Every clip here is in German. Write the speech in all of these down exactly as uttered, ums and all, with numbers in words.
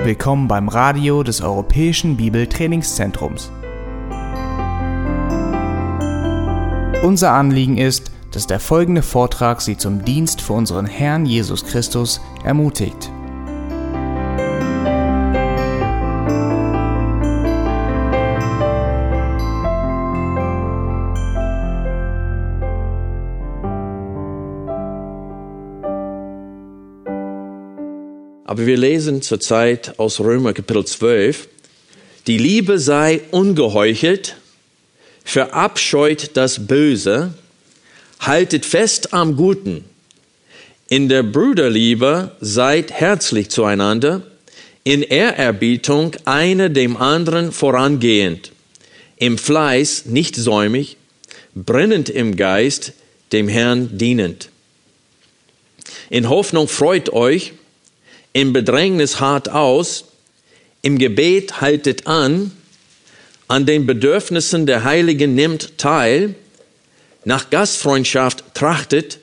Willkommen beim Radio des Europäischen Bibeltrainingszentrums. Unser Anliegen ist, dass der folgende Vortrag Sie zum Dienst für unseren Herrn Jesus Christus ermutigt. Aber wir lesen zurzeit aus Römer Kapitel zwölf, die Liebe sei ungeheuchelt, verabscheut das Böse, haltet fest am Guten. In der Brüderliebe seid herzlich zueinander, in Ehrerbietung einer dem anderen vorangehend, im Fleiß nicht säumig, brennend im Geist, dem Herrn dienend. In Hoffnung freut euch, im Bedrängnis hart aus, im Gebet haltet an, an den Bedürfnissen der Heiligen nimmt teil, nach Gastfreundschaft trachtet,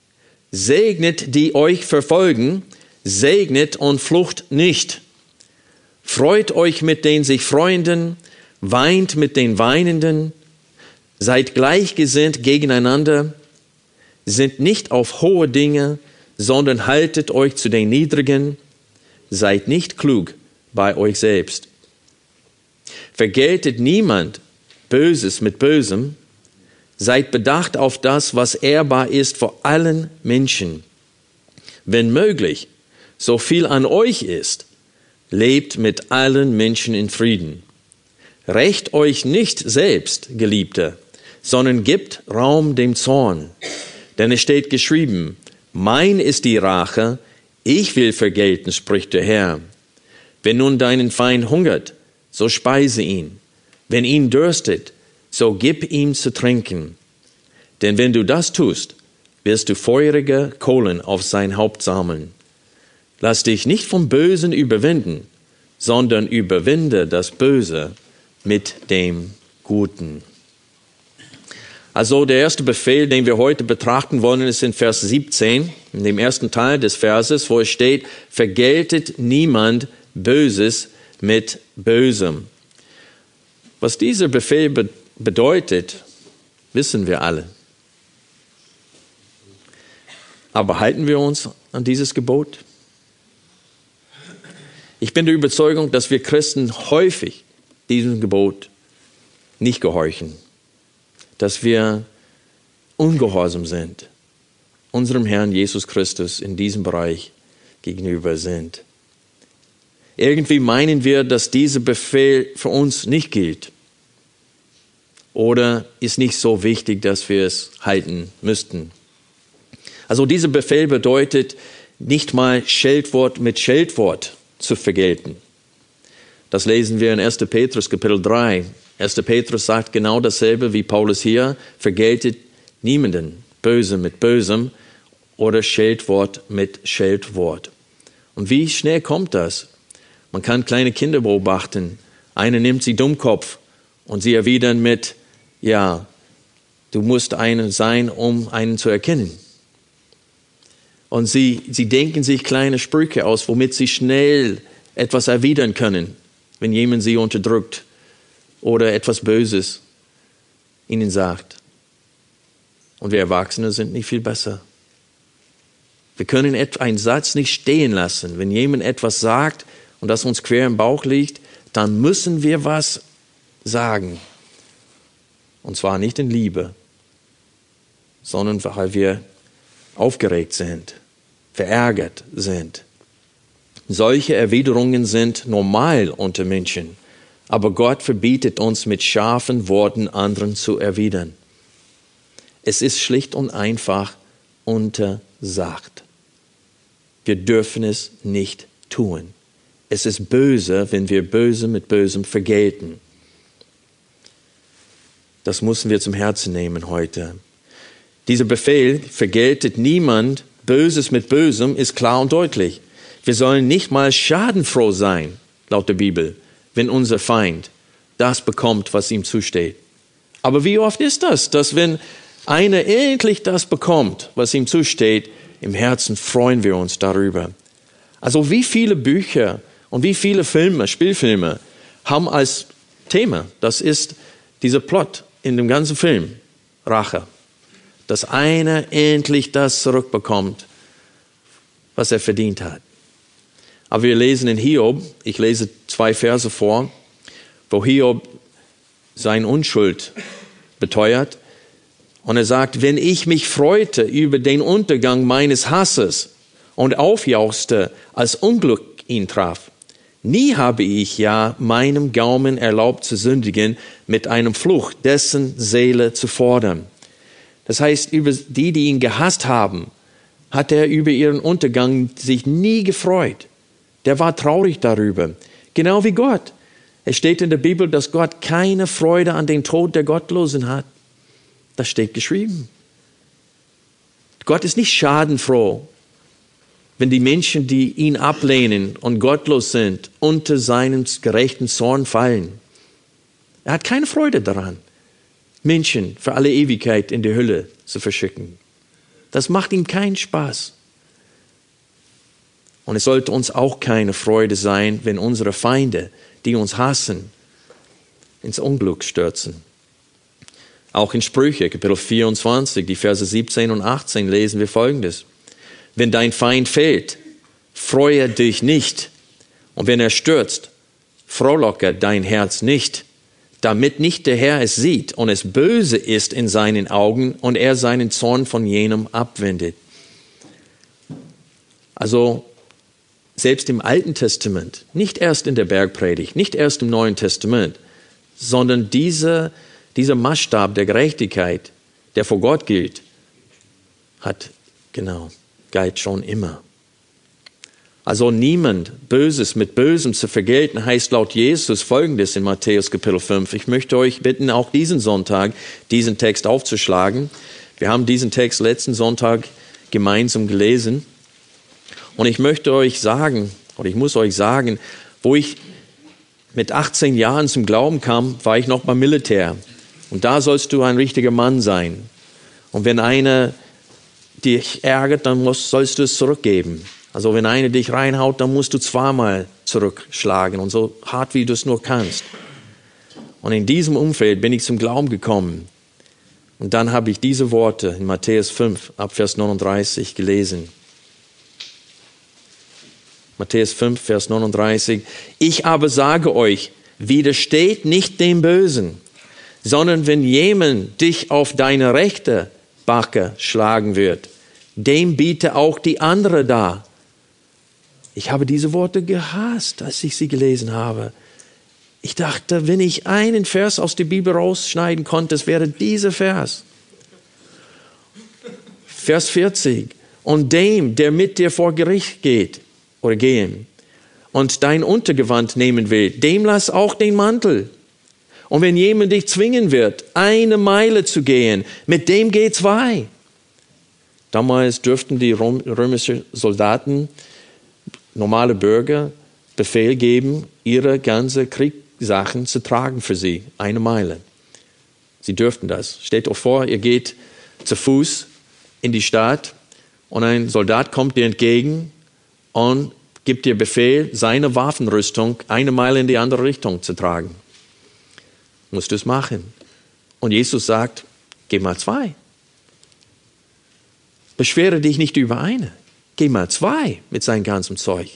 segnet die euch verfolgen, segnet und flucht nicht. Freut euch mit den sich Freunden, weint mit den Weinenden, seid gleichgesinnt gegeneinander, sind nicht auf hohe Dinge, sondern haltet euch zu den Niedrigen, seid nicht klug bei euch selbst. Vergeltet niemand Böses mit Bösem, seid bedacht auf das, was ehrbar ist vor allen Menschen. Wenn möglich, so viel an euch ist, lebt mit allen Menschen in Frieden. Rächt euch nicht selbst, Geliebte, sondern gebt Raum dem Zorn. Denn es steht geschrieben, mein ist die Rache, ich will vergelten, spricht der Herr. Wenn nun deinen Feind hungert, so speise ihn. Wenn ihn dürstet, so gib ihm zu trinken. Denn wenn du das tust, wirst du feurige Kohlen auf sein Haupt sammeln. Lass dich nicht vom Bösen überwinden, sondern überwinde das Böse mit dem Guten. Also der erste Befehl, den wir heute betrachten wollen, ist in Vers siebzehn, in dem ersten Teil des Verses, wo es steht, vergeltet niemand Böses mit Bösem. Was dieser Befehl be- bedeutet, wissen wir alle. Aber halten wir uns an dieses Gebot? Ich bin der Überzeugung, dass wir Christen häufig diesem Gebot nicht gehorchen. Dass wir ungehorsam sind, unserem Herrn Jesus Christus in diesem Bereich gegenüber sind. Irgendwie meinen wir, dass dieser Befehl für uns nicht gilt. Oder ist nicht so wichtig, dass wir es halten müssten. Also dieser Befehl bedeutet, nicht mal Scheltwort mit Scheltwort zu vergelten. Das lesen wir in erster Petrus Kapitel drei. erster Petrus sagt genau dasselbe wie Paulus hier, vergeltet niemanden Böse mit Bösem oder Scheltwort mit Scheltwort. Und wie schnell kommt das? Man kann kleine Kinder beobachten. Einer nimmt sie Dummkopf und sie erwidern mit, ja, du musst einer sein, um einen zu erkennen. Und sie, sie denken sich kleine Sprüche aus, womit sie schnell etwas erwidern können, wenn jemand sie unterdrückt oder etwas Böses ihnen sagt. Und wir Erwachsene sind nicht viel besser. Wir können einen Satz nicht stehen lassen. Wenn jemand etwas sagt und das uns quer im Bauch liegt, dann müssen wir was sagen. Und zwar nicht in Liebe, sondern weil wir aufgeregt sind, verärgert sind. Solche Erwiderungen sind normal unter Menschen. Aber Gott verbietet uns mit scharfen Worten anderen zu erwidern. Es ist schlicht und einfach untersagt. Wir dürfen es nicht tun. Es ist böse, wenn wir Böse mit Bösem vergelten. Das müssen wir zum Herzen nehmen heute. Dieser Befehl, vergeltet niemand Böses mit Bösem, ist klar und deutlich. Wir sollen nicht mal schadenfroh sein, laut der Bibel, wenn unser Feind das bekommt, was ihm zusteht. Aber wie oft ist das, dass wenn einer endlich das bekommt, was ihm zusteht, im Herzen freuen wir uns darüber. Also wie viele Bücher Und wie viele Filme, Spielfilme haben als Thema, das ist dieser Plot in dem ganzen Film, Rache. Dass einer endlich das zurückbekommt, was er verdient hat. Aber wir lesen in Hiob, ich lese zwei Verse vor, wo Hiob seine Unschuld beteuert. Und er sagt, wenn ich mich freute über den Untergang meines Hasses und aufjauchzte, als Unglück ihn traf, nie habe ich ja meinem Gaumen erlaubt zu sündigen, mit einem Fluch dessen Seele zu fordern. Das heißt, über die, die ihn gehasst haben, hat er über ihren Untergang sich nie gefreut. Der war traurig darüber. Genau wie Gott. Es steht in der Bibel, dass Gott keine Freude an den Tod der Gottlosen hat. Das steht geschrieben. Gott ist nicht schadenfroh, wenn die Menschen, die ihn ablehnen und gottlos sind, unter seinen gerechten Zorn fallen. Er hat keine Freude daran, Menschen für alle Ewigkeit in die Hölle zu verschicken. Das macht ihm keinen Spaß. Und es sollte uns auch keine Freude sein, wenn unsere Feinde, die uns hassen, ins Unglück stürzen. Auch in Sprüche, Kapitel vierundzwanzig, die Verse siebzehn und achtzehn lesen wir Folgendes. Wenn dein Feind fällt, freue dich nicht. Und wenn er stürzt, frohlocke dein Herz nicht, damit nicht der Herr es sieht und es böse ist in seinen Augen und er seinen Zorn von jenem abwendet. Also selbst im Alten Testament, nicht erst in der Bergpredigt, nicht erst im Neuen Testament, sondern diese, dieser Maßstab der Gerechtigkeit, der vor Gott gilt, hat, genau, galt schon immer. Also niemand Böses mit Bösem zu vergelten, heißt laut Jesus Folgendes in Matthäus Kapitel fünf. Ich möchte euch bitten, auch diesen Sonntag diesen Text aufzuschlagen. Wir haben diesen Text letzten Sonntag gemeinsam gelesen. Und ich möchte euch sagen, oder ich muss euch sagen, wo ich mit achtzehn Jahren zum Glauben kam, war ich noch beim Militär. Und da sollst du ein richtiger Mann sein. Und wenn einer dich ärgert, dann musst, sollst du es zurückgeben. Also wenn einer dich reinhaut, dann musst du zweimal zurückschlagen und so hart, wie du es nur kannst. Und in diesem Umfeld bin ich zum Glauben gekommen. Und dann habe ich diese Worte in Matthäus fünf, ab Vers neununddreißig gelesen. Matthäus fünf, Vers neununddreißig. Ich aber sage euch, widersteht nicht dem Bösen, sondern wenn jemand dich auf deine rechte Backe schlagen wird, dem biete auch die andere dar. Ich habe diese Worte gehasst, als ich sie gelesen habe. Ich dachte, wenn ich einen Vers aus der Bibel rausschneiden konnte, es wäre dieser Vers. Vers vierzig. Und dem, der mit dir vor Gericht geht oder gehen und dein Untergewand nehmen will, dem lass auch den Mantel. Und wenn jemand dich zwingen wird, eine Meile zu gehen, mit dem geh zwei. Damals dürften die römischen Soldaten, normale Bürger, Befehl geben, ihre ganze Kriegssachen zu tragen für sie, eine Meile. Sie dürften das. Stellt euch vor, ihr geht zu Fuß in die Stadt und ein Soldat kommt dir entgegen und gibt dir Befehl, seine Waffenrüstung eine Meile in die andere Richtung zu tragen. Musst du es machen. Und Jesus sagt, geh mal zwei. Beschwere dich nicht über eine. Geh mal zwei mit seinem ganzen Zeug.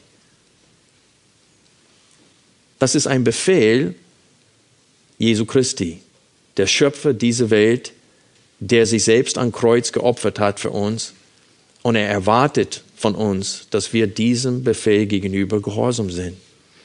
Das ist ein Befehl Jesu Christi, der Schöpfer dieser Welt, der sich selbst am Kreuz geopfert hat für uns. Und er erwartet von uns, dass wir diesem Befehl gegenüber gehorsam sind.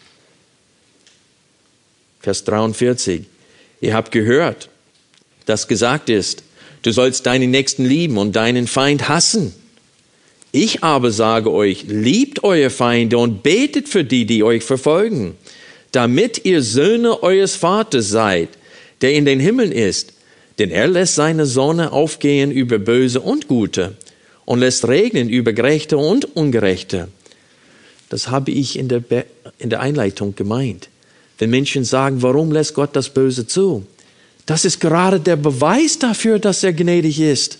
Vers dreiundvierzig. Ihr habt gehört, dass gesagt ist, du sollst deinen Nächsten lieben und deinen Feind hassen. Ich aber sage euch, liebt eure Feinde und betet für die, die euch verfolgen, damit ihr Söhne eures Vaters seid, der in den Himmeln ist. Denn er lässt seine Sonne aufgehen über Böse und Gute und lässt regnen über Gerechte und Ungerechte. Das habe ich in der, Be- in der Einleitung gemeint. Wenn Menschen sagen, warum lässt Gott das Böse zu? Das ist gerade der Beweis dafür, dass er gnädig ist.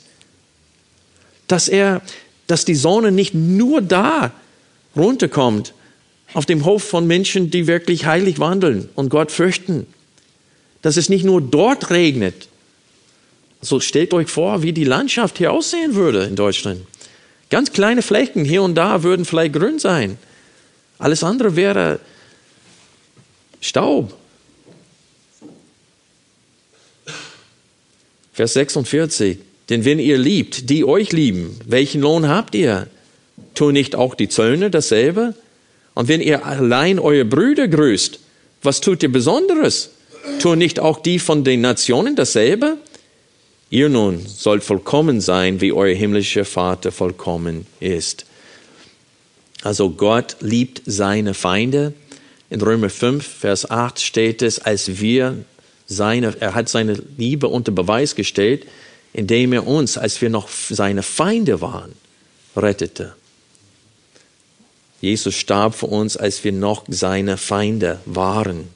Dass er, dass die Sonne nicht nur da runterkommt, auf dem Hof von Menschen, die wirklich heilig wandeln und Gott fürchten. Dass es nicht nur dort regnet. So stellt euch vor, wie die Landschaft hier aussehen würde in Deutschland. Ganz kleine Flecken hier und da würden vielleicht grün sein. Alles andere wäre Staub. Vers sechsundvierzig. Denn wenn ihr liebt, die euch lieben, welchen Lohn habt ihr? Tun nicht auch die Zöllner dasselbe? Und wenn ihr allein eure Brüder grüßt, was tut ihr Besonderes? Tun nicht auch die von den Nationen dasselbe? Ihr nun sollt vollkommen sein, wie euer himmlischer Vater vollkommen ist. Also Gott liebt seine Feinde. In Römer fünf, Vers acht steht es, als wir seine, er hat seine Liebe unter Beweis gestellt, indem er uns, als wir noch seine Feinde waren, rettete. Jesus starb für uns, als wir noch seine Feinde waren.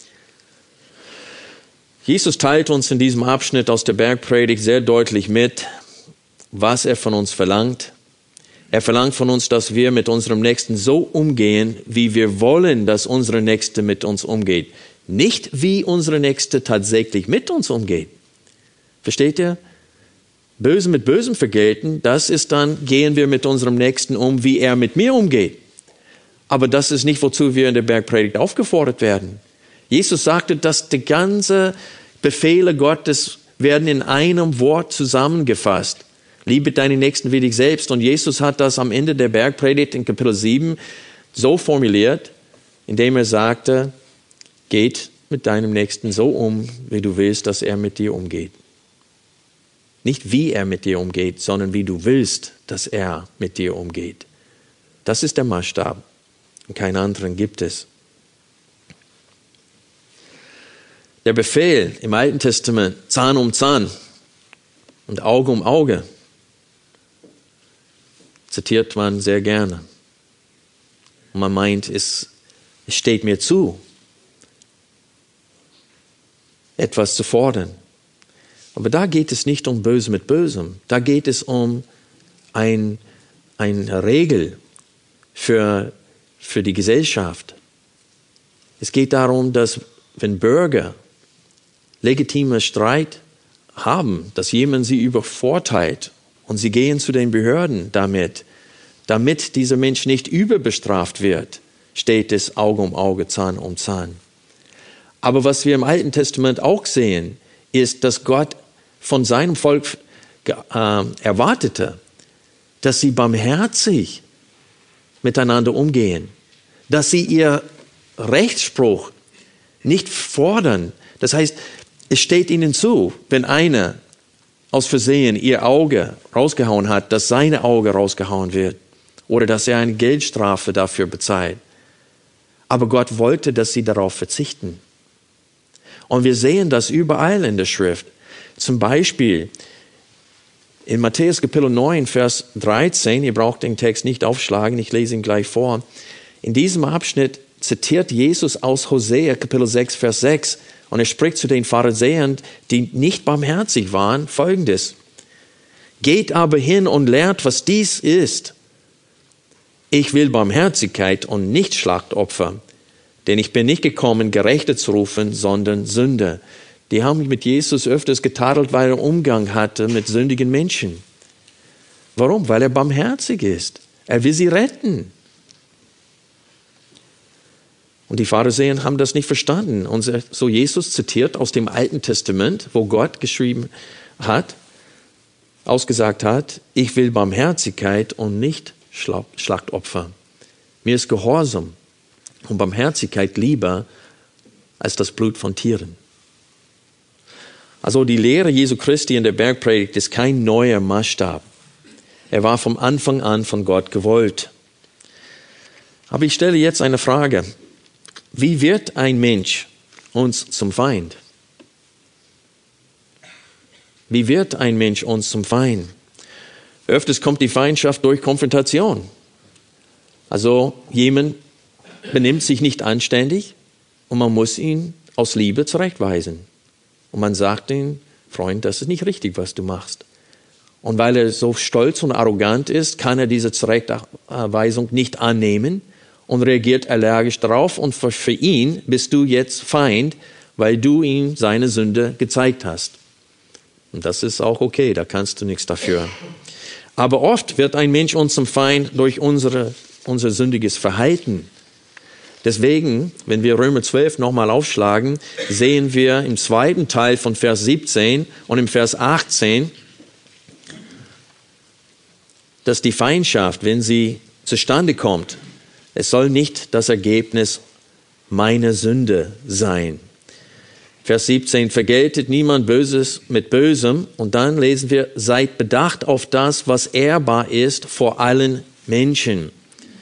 Jesus teilt uns in diesem Abschnitt aus der Bergpredigt sehr deutlich mit, was er von uns verlangt. Er verlangt von uns, dass wir mit unserem Nächsten so umgehen, wie wir wollen, dass unsere Nächste mit uns umgeht. Nicht, wie unsere Nächste tatsächlich mit uns umgeht. Versteht ihr? Böse mit Bösem vergelten, das ist dann, gehen wir mit unserem Nächsten um, wie er mit mir umgeht. Aber das ist nicht, wozu wir in der Bergpredigt aufgefordert werden. Jesus sagte, dass die ganzen Befehle Gottes werden in einem Wort zusammengefasst. Liebe deinen Nächsten wie dich selbst. Und Jesus hat das am Ende der Bergpredigt in Kapitel sieben so formuliert, indem er sagte, geht mit deinem Nächsten so um, wie du willst, dass er mit dir umgeht. Nicht wie er mit dir umgeht, sondern wie du willst, dass er mit dir umgeht. Das ist der Maßstab. Und keinen anderen gibt es. Der Befehl im Alten Testament, Zahn um Zahn und Auge um Auge, zitiert man sehr gerne. Und man meint, es, es steht mir zu, etwas zu fordern. Aber da geht es nicht um Böse mit Bösem. Da geht es um ein, eine Regel für, für die Gesellschaft. Es geht darum, dass wenn Bürger legitime Streit haben, dass jemand sie übervorteilt und sie gehen zu den Behörden damit, damit dieser Mensch nicht überbestraft wird, steht es Auge um Auge, Zahn um Zahn. Aber was wir im Alten Testament auch sehen, ist, dass Gott von seinem Volk äh, erwartete, dass sie barmherzig miteinander umgehen, dass sie ihr Rechtsspruch nicht fordern. Das heißt, es steht ihnen zu, wenn einer aus Versehen ihr Auge rausgehauen hat, dass seine Auge rausgehauen wird oder dass er eine Geldstrafe dafür bezahlt. Aber Gott wollte, dass sie darauf verzichten. Und wir sehen das überall in der Schrift. Zum Beispiel in Matthäus Kapitel neun, Vers dreizehn, ihr braucht den Text nicht aufschlagen, ich lese ihn gleich vor. In diesem Abschnitt zitiert Jesus aus Hosea Kapitel sechs, Vers sechs. Und er spricht zu den Pharisäern, die nicht barmherzig waren, Folgendes. Geht aber hin und lernt, was dies ist. Ich will Barmherzigkeit und nicht Schlachtopfer. Denn ich bin nicht gekommen, Gerechte zu rufen, sondern Sünder. Die haben mit Jesus öfters getadelt, weil er Umgang hatte mit sündigen Menschen. Warum? Weil er barmherzig ist. Er will sie retten. Und die Pharisäer haben das nicht verstanden. Und so Jesus zitiert aus dem Alten Testament, wo Gott geschrieben hat, ausgesagt hat, ich will Barmherzigkeit und nicht Schlachtopfer. Mir ist Gehorsam und Barmherzigkeit lieber als das Blut von Tieren. Also die Lehre Jesu Christi in der Bergpredigt ist kein neuer Maßstab. Er war vom Anfang an von Gott gewollt. Aber ich stelle jetzt eine Frage. Wie wird ein Mensch uns zum Feind? Wie wird ein Mensch uns zum Feind? Öfters kommt die Feindschaft durch Konfrontation. Also jemand benimmt sich nicht anständig und man muss ihn aus Liebe zurechtweisen. Und man sagt ihm, Freund, das ist nicht richtig, was du machst. Und weil er so stolz und arrogant ist, kann er diese Zurechtweisung nicht annehmen und reagiert allergisch darauf und für, für ihn bist du jetzt Feind, weil du ihm seine Sünde gezeigt hast. Und das ist auch okay, da kannst du nichts dafür. Aber oft wird ein Mensch uns zum Feind durch unsere, unser sündiges Verhalten. Deswegen, wenn wir Römer zwölf nochmal aufschlagen, sehen wir im zweiten Teil von Vers siebzehn und im Vers achtzehn, dass die Feindschaft, wenn sie zustande kommt, es soll nicht das Ergebnis meiner Sünde sein. Vers siebzehn, vergeltet niemand Böses mit Bösem. Und dann lesen wir, seid bedacht auf das, was ehrbar ist vor allen Menschen.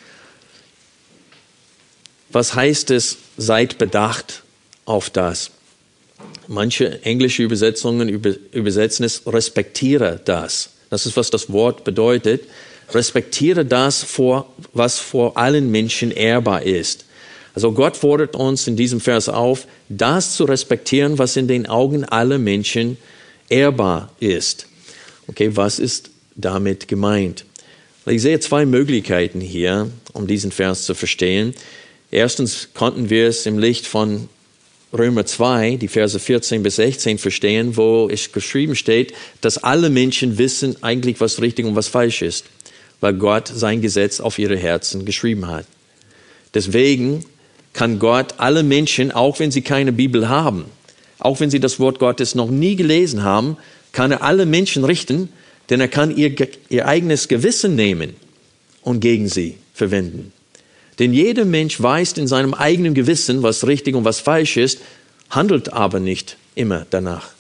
Was heißt es, seid bedacht auf das? Manche englische Übersetzungen übersetzen es, respektiere das. Das ist, was das Wort bedeutet. Respektiere das, vor, was vor allen Menschen ehrbar ist. Also Gott fordert uns in diesem Vers auf, das zu respektieren, was in den Augen aller Menschen ehrbar ist. Okay, was ist damit gemeint? Ich sehe zwei Möglichkeiten hier, um diesen Vers zu verstehen. Erstens konnten wir es im Licht von Römer zwei, die Verse vierzehn bis sechzehn verstehen, wo es geschrieben steht, dass alle Menschen wissen eigentlich, was richtig und was falsch ist, weil Gott sein Gesetz auf ihre Herzen geschrieben hat. Deswegen kann Gott alle Menschen, auch wenn sie keine Bibel haben, auch wenn sie das Wort Gottes noch nie gelesen haben, kann er alle Menschen richten, denn er kann ihr, ihr eigenes Gewissen nehmen und gegen sie verwenden. Denn jeder Mensch weiß in seinem eigenen Gewissen, was richtig und was falsch ist, handelt aber nicht immer danach.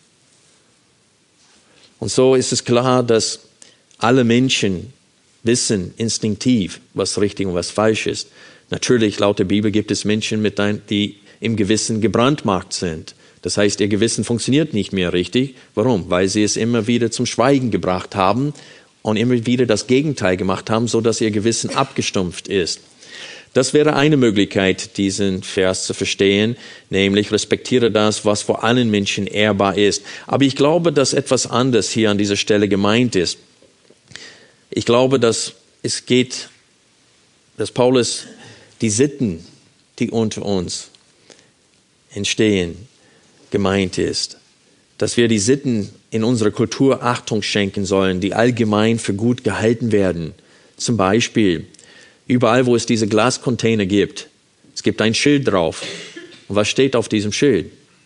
Und so ist es klar, dass alle Menschen wissen instinktiv, was richtig und was falsch ist. Natürlich, laut der Bibel gibt es Menschen, mit ein, die im Gewissen gebrandmarkt sind. Das heißt, ihr Gewissen funktioniert nicht mehr richtig. Warum? Weil sie es immer wieder zum Schweigen gebracht haben und immer wieder das Gegenteil gemacht haben, sodass ihr Gewissen abgestumpft ist. Das wäre eine Möglichkeit, diesen Vers zu verstehen, nämlich respektiere das, was vor allen Menschen ehrbar ist. Aber ich glaube, dass etwas anderes hier an dieser Stelle gemeint ist. Ich glaube, dass es geht, dass Paulus die Sitten, die unter uns entstehen, gemeint ist. Dass wir die Sitten in unserer Kultur Achtung schenken sollen, die allgemein für gut gehalten werden. Zum Beispiel überall, wo es diese Glascontainer gibt. Es gibt ein Schild drauf. Und was steht auf diesem Schild?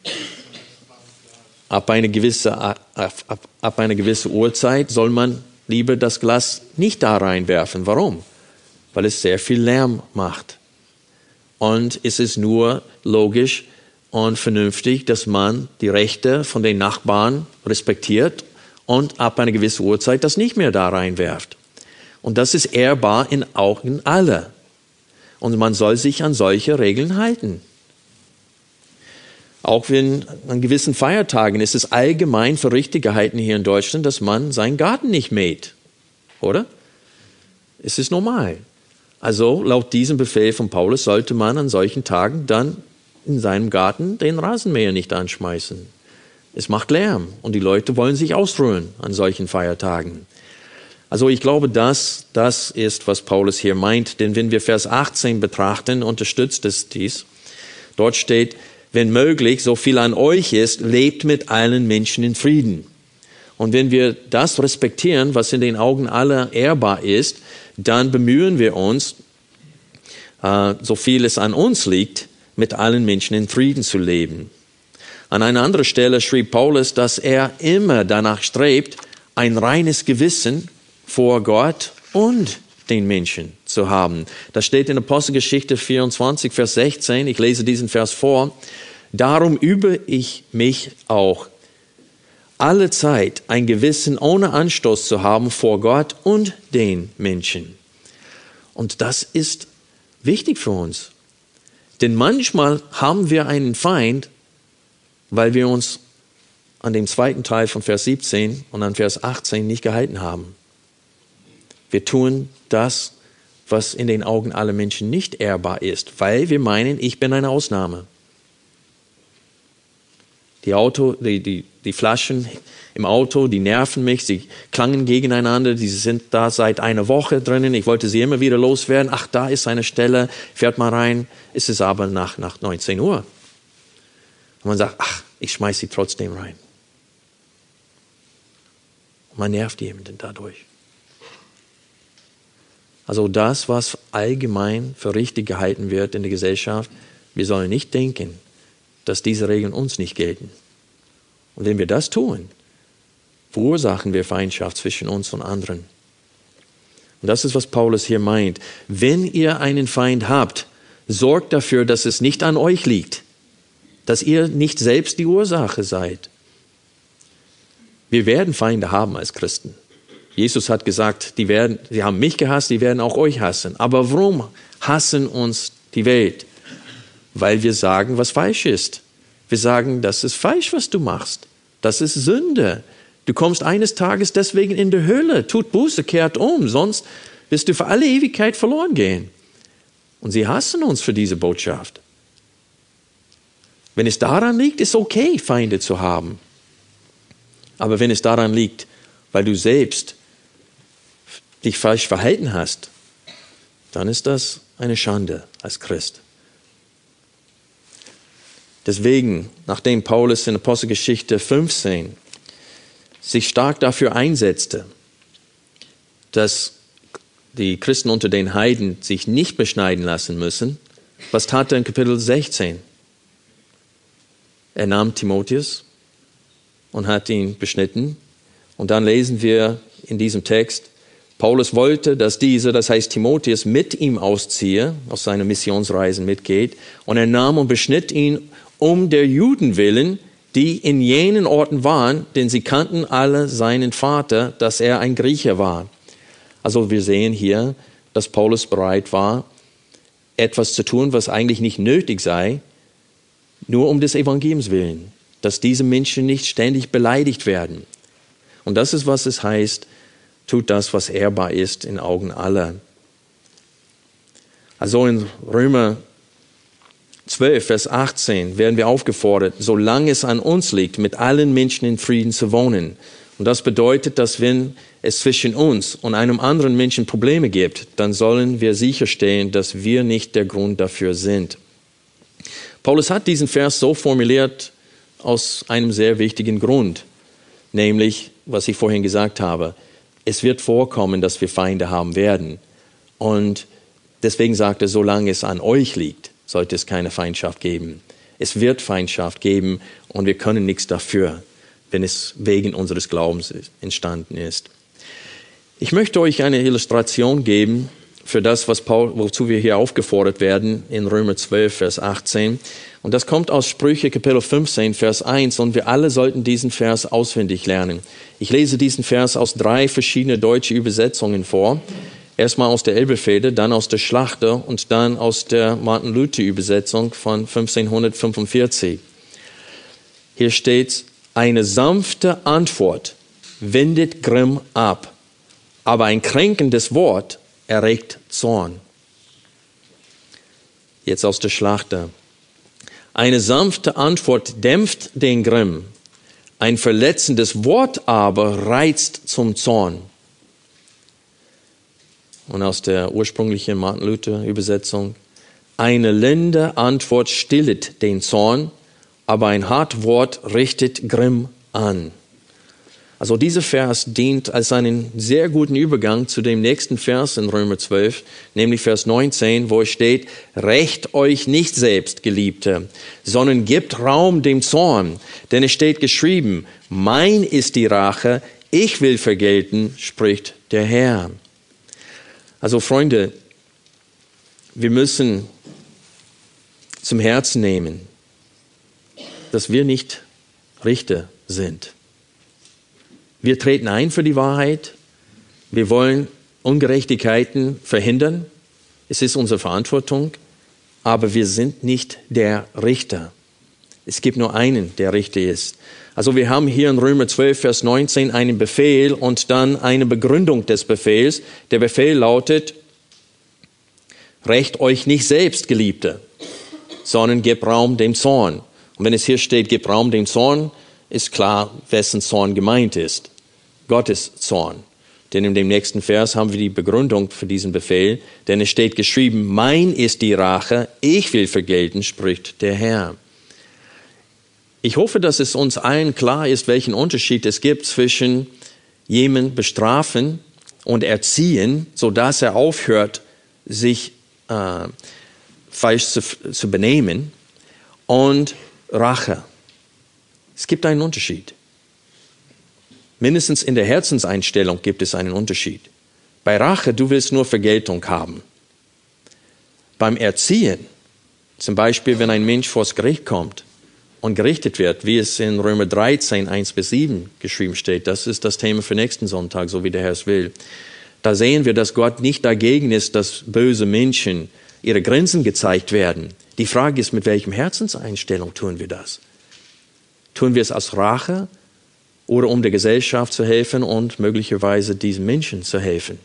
Ab einer gewissen, ab, ab, ab einer gewissen Uhrzeit soll man lieber das Glas nicht da reinwerfen. Warum? Weil es sehr viel Lärm macht. Und es ist nur logisch und vernünftig, dass man die Rechte von den Nachbarn respektiert und ab einer gewissen Uhrzeit das nicht mehr da reinwerft. Und das ist ehrbar in Augen aller. Und man soll sich an solche Regeln halten. Auch wenn an gewissen Feiertagen ist es allgemein für richtig gehalten hier in Deutschland, dass man seinen Garten nicht mäht. Oder? Es ist normal. Also laut diesem Befehl von Paulus sollte man an solchen Tagen dann in seinem Garten den Rasenmäher nicht anschmeißen. Es macht Lärm und die Leute wollen sich ausruhen an solchen Feiertagen. Also ich glaube, das, das ist, was Paulus hier meint. Denn wenn wir Vers achtzehn betrachten, unterstützt es dies. Dort steht, wenn möglich, so viel an euch ist, lebt mit allen Menschen in Frieden. Und wenn wir das respektieren, was in den Augen aller ehrbar ist, dann bemühen wir uns, äh, so viel es an uns liegt, mit allen Menschen in Frieden zu leben. An einer anderen Stelle schrieb Paulus, dass er immer danach strebt, ein reines Gewissen vor Gott und den Menschen zu haben. Das steht in Apostelgeschichte vierundzwanzig, Vers sechzehn. Ich lese diesen Vers vor. Darum übe ich mich auch, alle Zeit ein Gewissen ohne Anstoß zu haben vor Gott und den Menschen. Und das ist wichtig für uns. Denn manchmal haben wir einen Feind, weil wir uns an dem zweiten Teil von Vers siebzehn und an Vers achtzehn nicht gehalten haben. Wir tun das, was in den Augen aller Menschen nicht ehrbar ist, weil wir meinen, ich bin eine Ausnahme. Die, Auto, die, die, die Flaschen im Auto, die nerven mich, sie klangen gegeneinander, die sind da seit einer Woche drinnen, ich wollte sie immer wieder loswerden. Ach, da ist eine Stelle, fährt mal rein, ist es aber nach, nach neunzehn Uhr. Und man sagt, ach, ich schmeiß sie trotzdem rein. Man nervt jemanden dadurch. Also das, was allgemein für richtig gehalten wird in der Gesellschaft, wir sollen nicht denken, dass diese Regeln uns nicht gelten. Und wenn wir das tun, verursachen wir Feindschaft zwischen uns und anderen. Und das ist, was Paulus hier meint. Wenn ihr einen Feind habt, sorgt dafür, dass es nicht an euch liegt, dass ihr nicht selbst die Ursache seid. Wir werden Feinde haben als Christen. Jesus hat gesagt, die werden, sie haben mich gehasst, die werden auch euch hassen. Aber warum hassen uns die Welt? Weil wir sagen, was falsch ist. Wir sagen, das ist falsch, was du machst. Das ist Sünde. Du kommst eines Tages deswegen in die Hölle. Tut Buße, kehrt um, sonst wirst du für alle Ewigkeit verloren gehen. Und sie hassen uns für diese Botschaft. Wenn es daran liegt, ist okay, Feinde zu haben. Aber wenn es daran liegt, weil du selbst dich falsch verhalten hast, dann ist das eine Schande als Christ. Deswegen, nachdem Paulus in Apostelgeschichte fünfzehn sich stark dafür einsetzte, dass die Christen unter den Heiden sich nicht beschneiden lassen müssen, was tat er in Kapitel sechzehn? Er nahm Timotheus und hat ihn beschnitten. Und dann lesen wir in diesem Text, Paulus wollte, dass dieser, das heißt Timotheus, mit ihm ausziehe, auf seine Missionsreisen mitgeht. Und er nahm und beschnitt ihn um der Juden willen, die in jenen Orten waren, denn sie kannten alle seinen Vater, dass er ein Grieche war. Also wir sehen hier, dass Paulus bereit war, etwas zu tun, was eigentlich nicht nötig sei, nur um des Evangeliums willen, dass diese Menschen nicht ständig beleidigt werden. Und das ist, was es heißt, tut das, was ehrbar ist in Augen aller. Also in Römer zwölf, Vers achtzehn werden wir aufgefordert, solange es an uns liegt, mit allen Menschen in Frieden zu wohnen. Und das bedeutet, dass wenn es zwischen uns und einem anderen Menschen Probleme gibt, dann sollen wir sicherstellen, dass wir nicht der Grund dafür sind. Paulus hat diesen Vers so formuliert aus einem sehr wichtigen Grund, nämlich, was ich vorhin gesagt habe, es wird vorkommen, dass wir Feinde haben werden. Und deswegen sagt er, solange es an euch liegt, sollte es keine Feindschaft geben. Es wird Feindschaft geben und wir können nichts dafür, wenn es wegen unseres Glaubens entstanden ist. Ich möchte euch eine Illustration geben für das, was Paul, wozu wir hier aufgefordert werden in Römer zwölf, Vers achtzehn. Und das kommt aus Sprüche Kapitel fünfzehn, Vers eins. Und wir alle sollten diesen Vers auswendig lernen. Ich lese diesen Vers aus drei verschiedenen deutschen Übersetzungen vor. Erstmal aus der Elberfelder, dann aus der Schlachter und dann aus der Martin-Luther-Übersetzung von fünfzehnhundertfünfundvierzig. Hier steht, eine sanfte Antwort wendet Grimm ab, aber ein kränkendes Wort erregt Zorn. Jetzt aus der Schlachter. Eine sanfte Antwort dämpft den Grimm, ein verletzendes Wort aber reizt zum Zorn. Und aus der ursprünglichen Martin Luther Übersetzung, eine linde Antwort stillet den Zorn, aber ein hart Wort richtet Grimm an. Also dieser Vers dient als einen sehr guten Übergang zu dem nächsten Vers in Römer zwölf, nämlich Vers neunzehn, wo es steht, rächt euch nicht selbst, Geliebte, sondern gebt Raum dem Zorn, denn es steht geschrieben, mein ist die Rache, ich will vergelten, spricht der Herr. Also Freunde, wir müssen zum Herzen nehmen, dass wir nicht Richter sind. Wir treten ein für die Wahrheit. Wir wollen Ungerechtigkeiten verhindern. Es ist unsere Verantwortung. Aber wir sind nicht der Richter. Es gibt nur einen, der Richter ist. Also wir haben hier in Römer zwölf, Vers neunzehn einen Befehl und dann eine Begründung des Befehls. Der Befehl lautet, rächt euch nicht selbst, Geliebte, sondern gebt Raum dem Zorn. Und wenn es hier steht, gib Raum dem Zorn, ist klar, wessen Zorn gemeint ist. Gottes Zorn. Denn in dem nächsten Vers haben wir die Begründung für diesen Befehl. Denn es steht geschrieben, mein ist die Rache, ich will vergelten, spricht der Herr. Ich hoffe, dass es uns allen klar ist, welchen Unterschied es gibt zwischen jemanden bestrafen und erziehen, sodass er aufhört, sich äh, falsch zu, zu benehmen, und Rache. Es gibt einen Unterschied. Mindestens in der Herzenseinstellung gibt es einen Unterschied. Bei Rache, du willst nur Vergeltung haben. Beim Erziehen, zum Beispiel, wenn ein Mensch vors Gericht kommt und gerichtet wird, wie es in Römer dreizehn, eins bis sieben geschrieben steht, das ist das Thema für nächsten Sonntag, so wie der Herr es will. Da sehen wir, dass Gott nicht dagegen ist, dass böse Menschen ihre Grenzen gezeigt werden. Die Frage ist, mit welchem Herzenseinstellung tun wir das? Tun wir es aus Rache oder um der Gesellschaft zu helfen und möglicherweise diesen Menschen zu helfen?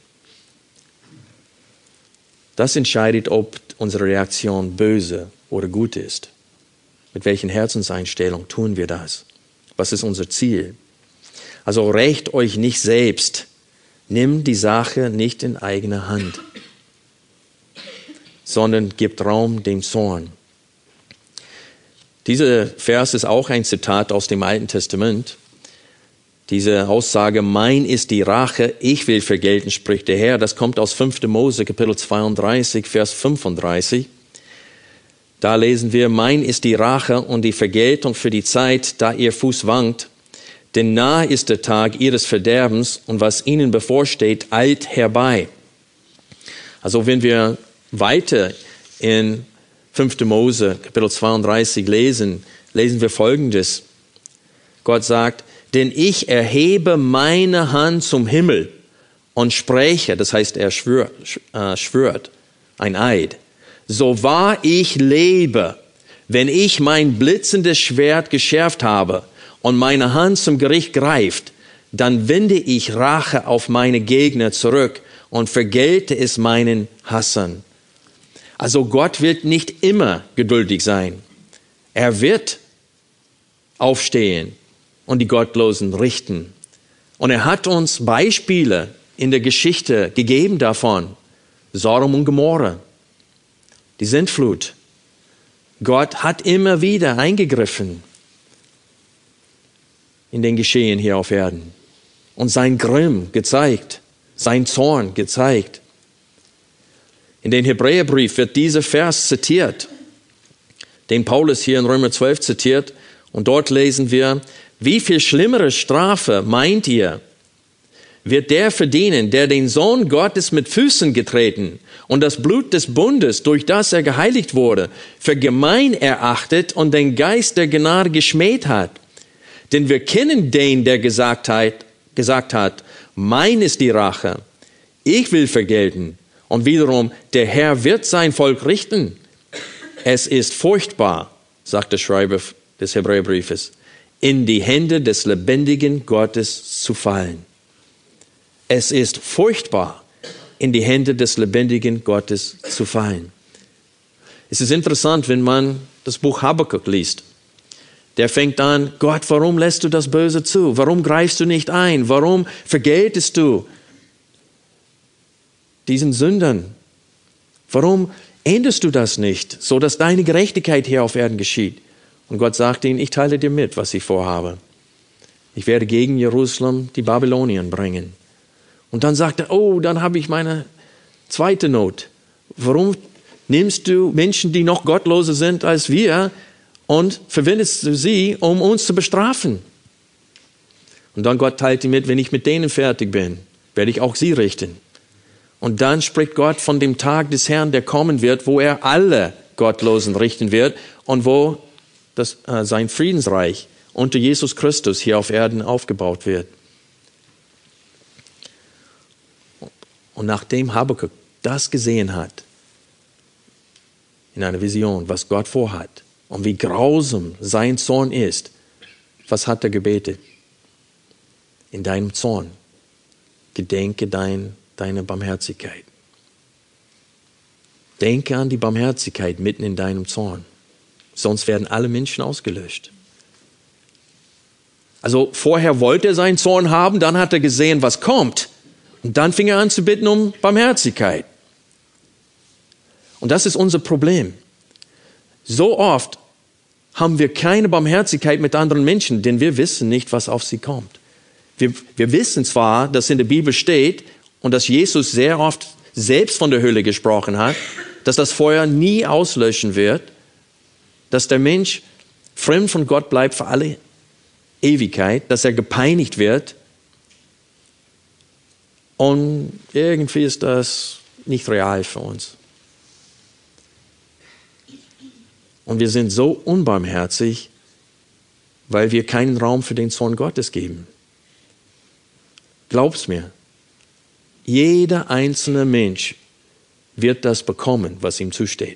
Das entscheidet, ob unsere Reaktion böse oder gut ist. Mit welchen Herzenseinstellung tun wir das? Was ist unser Ziel? Also rächt euch nicht selbst. Nimm die Sache nicht in eigene Hand, sondern gebt Raum dem Zorn. Dieser Vers ist auch ein Zitat aus dem Alten Testament. Diese Aussage, mein ist die Rache, ich will vergelten, spricht der Herr, das kommt aus fünfter Mose, Kapitel zweiunddreißig, Vers fünfunddreißig. Da lesen wir, mein ist die Rache und die Vergeltung für die Zeit, da ihr Fuß wankt, denn nahe ist der Tag ihres Verderbens und was ihnen bevorsteht, eilt herbei. Also wenn wir weiter in fünfter Mose, Kapitel zweiunddreißig lesen, lesen wir Folgendes. Gott sagt, denn ich erhebe meine Hand zum Himmel und spreche, das heißt, er schwört, äh, schwört, ein Eid. So wahr ich lebe, wenn ich mein blitzendes Schwert geschärft habe und meine Hand zum Gericht greift, dann wende ich Rache auf meine Gegner zurück und vergelte es meinen Hassern. Also Gott wird nicht immer geduldig sein. Er wird aufstehen und die Gottlosen richten. Und er hat uns Beispiele in der Geschichte gegeben davon. Sodom und Gomorra, die Sintflut. Gott hat immer wieder eingegriffen in den Geschehen hier auf Erden und sein Grimm gezeigt, sein Zorn gezeigt. In den Hebräerbrief wird dieser Vers zitiert, den Paulus hier in Römer zwölf zitiert. Und dort lesen wir, wie viel schlimmere Strafe, meint ihr, wird der verdienen, der den Sohn Gottes mit Füßen getreten und das Blut des Bundes, durch das er geheiligt wurde, für gemein erachtet und den Geist der Gnade geschmäht hat. Denn wir kennen den, der gesagt hat, gesagt hat, mein ist die Rache, ich will vergelten. Und wiederum, der Herr wird sein Volk richten. Es ist furchtbar, sagt der Schreiber des Hebräerbriefes, in die Hände des lebendigen Gottes zu fallen. Es ist furchtbar, in die Hände des lebendigen Gottes zu fallen. Es ist interessant, wenn man das Buch Habakuk liest. Der fängt an, Gott, warum lässt du das Böse zu? Warum greifst du nicht ein? Warum vergeltest du diesen Sündern? Warum änderst du das nicht, so dass deine Gerechtigkeit hier auf Erden geschieht? Und Gott sagt ihnen, ich teile dir mit, was ich vorhabe. Ich werde gegen Jerusalem die Babylonier bringen. Und dann sagt er, oh, dann habe ich meine zweite Not. Warum nimmst du Menschen, die noch gottloser sind als wir, und verwendest du sie, um uns zu bestrafen? Und dann Gott teilt ihm mit, wenn ich mit denen fertig bin, werde ich auch sie richten. Und dann spricht Gott von dem Tag des Herrn, der kommen wird, wo er alle Gottlosen richten wird und wo das, äh, sein Friedensreich unter Jesus Christus hier auf Erden aufgebaut wird. Und nachdem Habakuk das gesehen hat, in einer Vision, was Gott vorhat und wie grausam sein Zorn ist, was hat er gebetet? In deinem Zorn gedenke dein, deine Barmherzigkeit. Denke an die Barmherzigkeit mitten in deinem Zorn. sonst werden alle Menschen ausgelöscht. Also vorher wollte er seinen Zorn haben, dann hat er gesehen, was kommt. Und dann fing er an zu bitten um Barmherzigkeit. Und das ist unser Problem. So oft haben wir keine Barmherzigkeit mit anderen Menschen, denn wir wissen nicht, was auf sie kommt. Wir, wir wissen zwar, dass in der Bibel steht und dass Jesus sehr oft selbst von der Hölle gesprochen hat, dass das Feuer nie auslöschen wird, dass der Mensch fremd von Gott bleibt für alle Ewigkeit, dass er gepeinigt wird. Und irgendwie ist das nicht real für uns. Und wir sind so unbarmherzig, weil wir keinen Raum für den Zorn Gottes geben. Glaub's mir, jeder einzelne Mensch wird das bekommen, was ihm zusteht.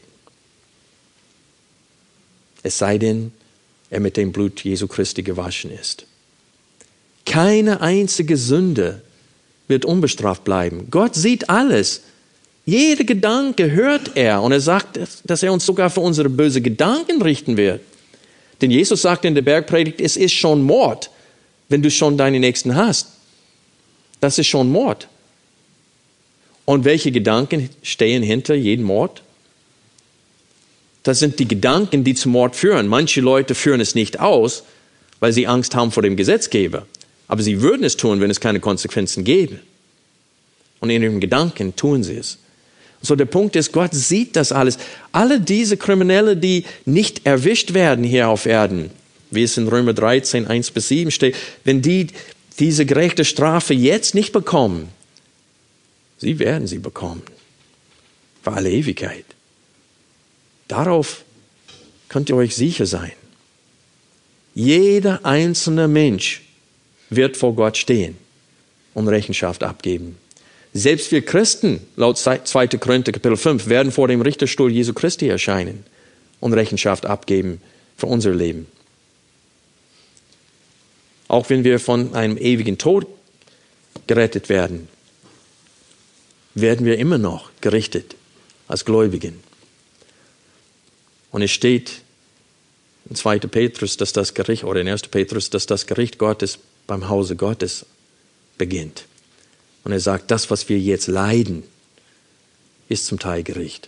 Es sei denn, er mit dem Blut Jesu Christi gewaschen ist. Keine einzige Sünde wird unbestraft bleiben. Gott sieht alles. Jeder Gedanke hört er. Und er sagt, dass er uns sogar für unsere bösen Gedanken richten wird. Denn Jesus sagt in der Bergpredigt, es ist schon Mord, wenn du schon deinen Nächsten hast. Das ist schon Mord. Und welche Gedanken stehen hinter jedem Mord? Das sind die Gedanken, die zum Mord führen. Manche Leute führen es nicht aus, weil sie Angst haben vor dem Gesetzgeber. Aber sie würden es tun, wenn es keine Konsequenzen gäbe. Und in ihren Gedanken tun sie es. So der Punkt ist, Gott sieht das alles. Alle diese Kriminelle, die nicht erwischt werden hier auf Erden, wie es in Römer dreizehn, eins bis sieben steht, wenn die diese gerechte Strafe jetzt nicht bekommen, sie werden sie bekommen. Für alle Ewigkeit. Darauf könnt ihr euch sicher sein. Jeder einzelne Mensch wird vor Gott stehen und Rechenschaft abgeben. Selbst wir Christen, laut zweiter Korinther Kapitel fünf, werden vor dem Richterstuhl Jesu Christi erscheinen und Rechenschaft abgeben für unser Leben. Auch wenn wir von einem ewigen Tod gerettet werden, werden wir immer noch gerichtet als Gläubigen. Und es steht in zweiter Petrus, dass das Gericht, oder in erster Petrus, dass das Gericht Gottes beim Hause Gottes beginnt. Und er sagt, das, was wir jetzt leiden, ist zum Teil Gericht.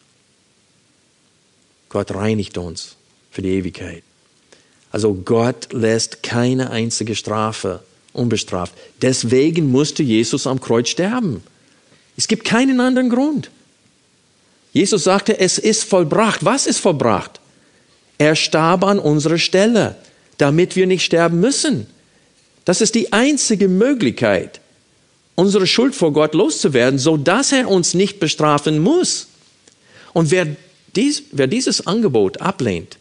Gott reinigt uns für die Ewigkeit. Also Gott lässt keine einzige Strafe unbestraft. Deswegen musste Jesus am Kreuz sterben. Es gibt keinen anderen Grund. Jesus sagte, es ist vollbracht. Was ist vollbracht? Er starb an unserer Stelle, damit wir nicht sterben müssen. Das ist die einzige Möglichkeit, unsere Schuld vor Gott loszuwerden, sodass er uns nicht bestrafen muss. Und wer, dies, wer dieses Angebot ablehnt,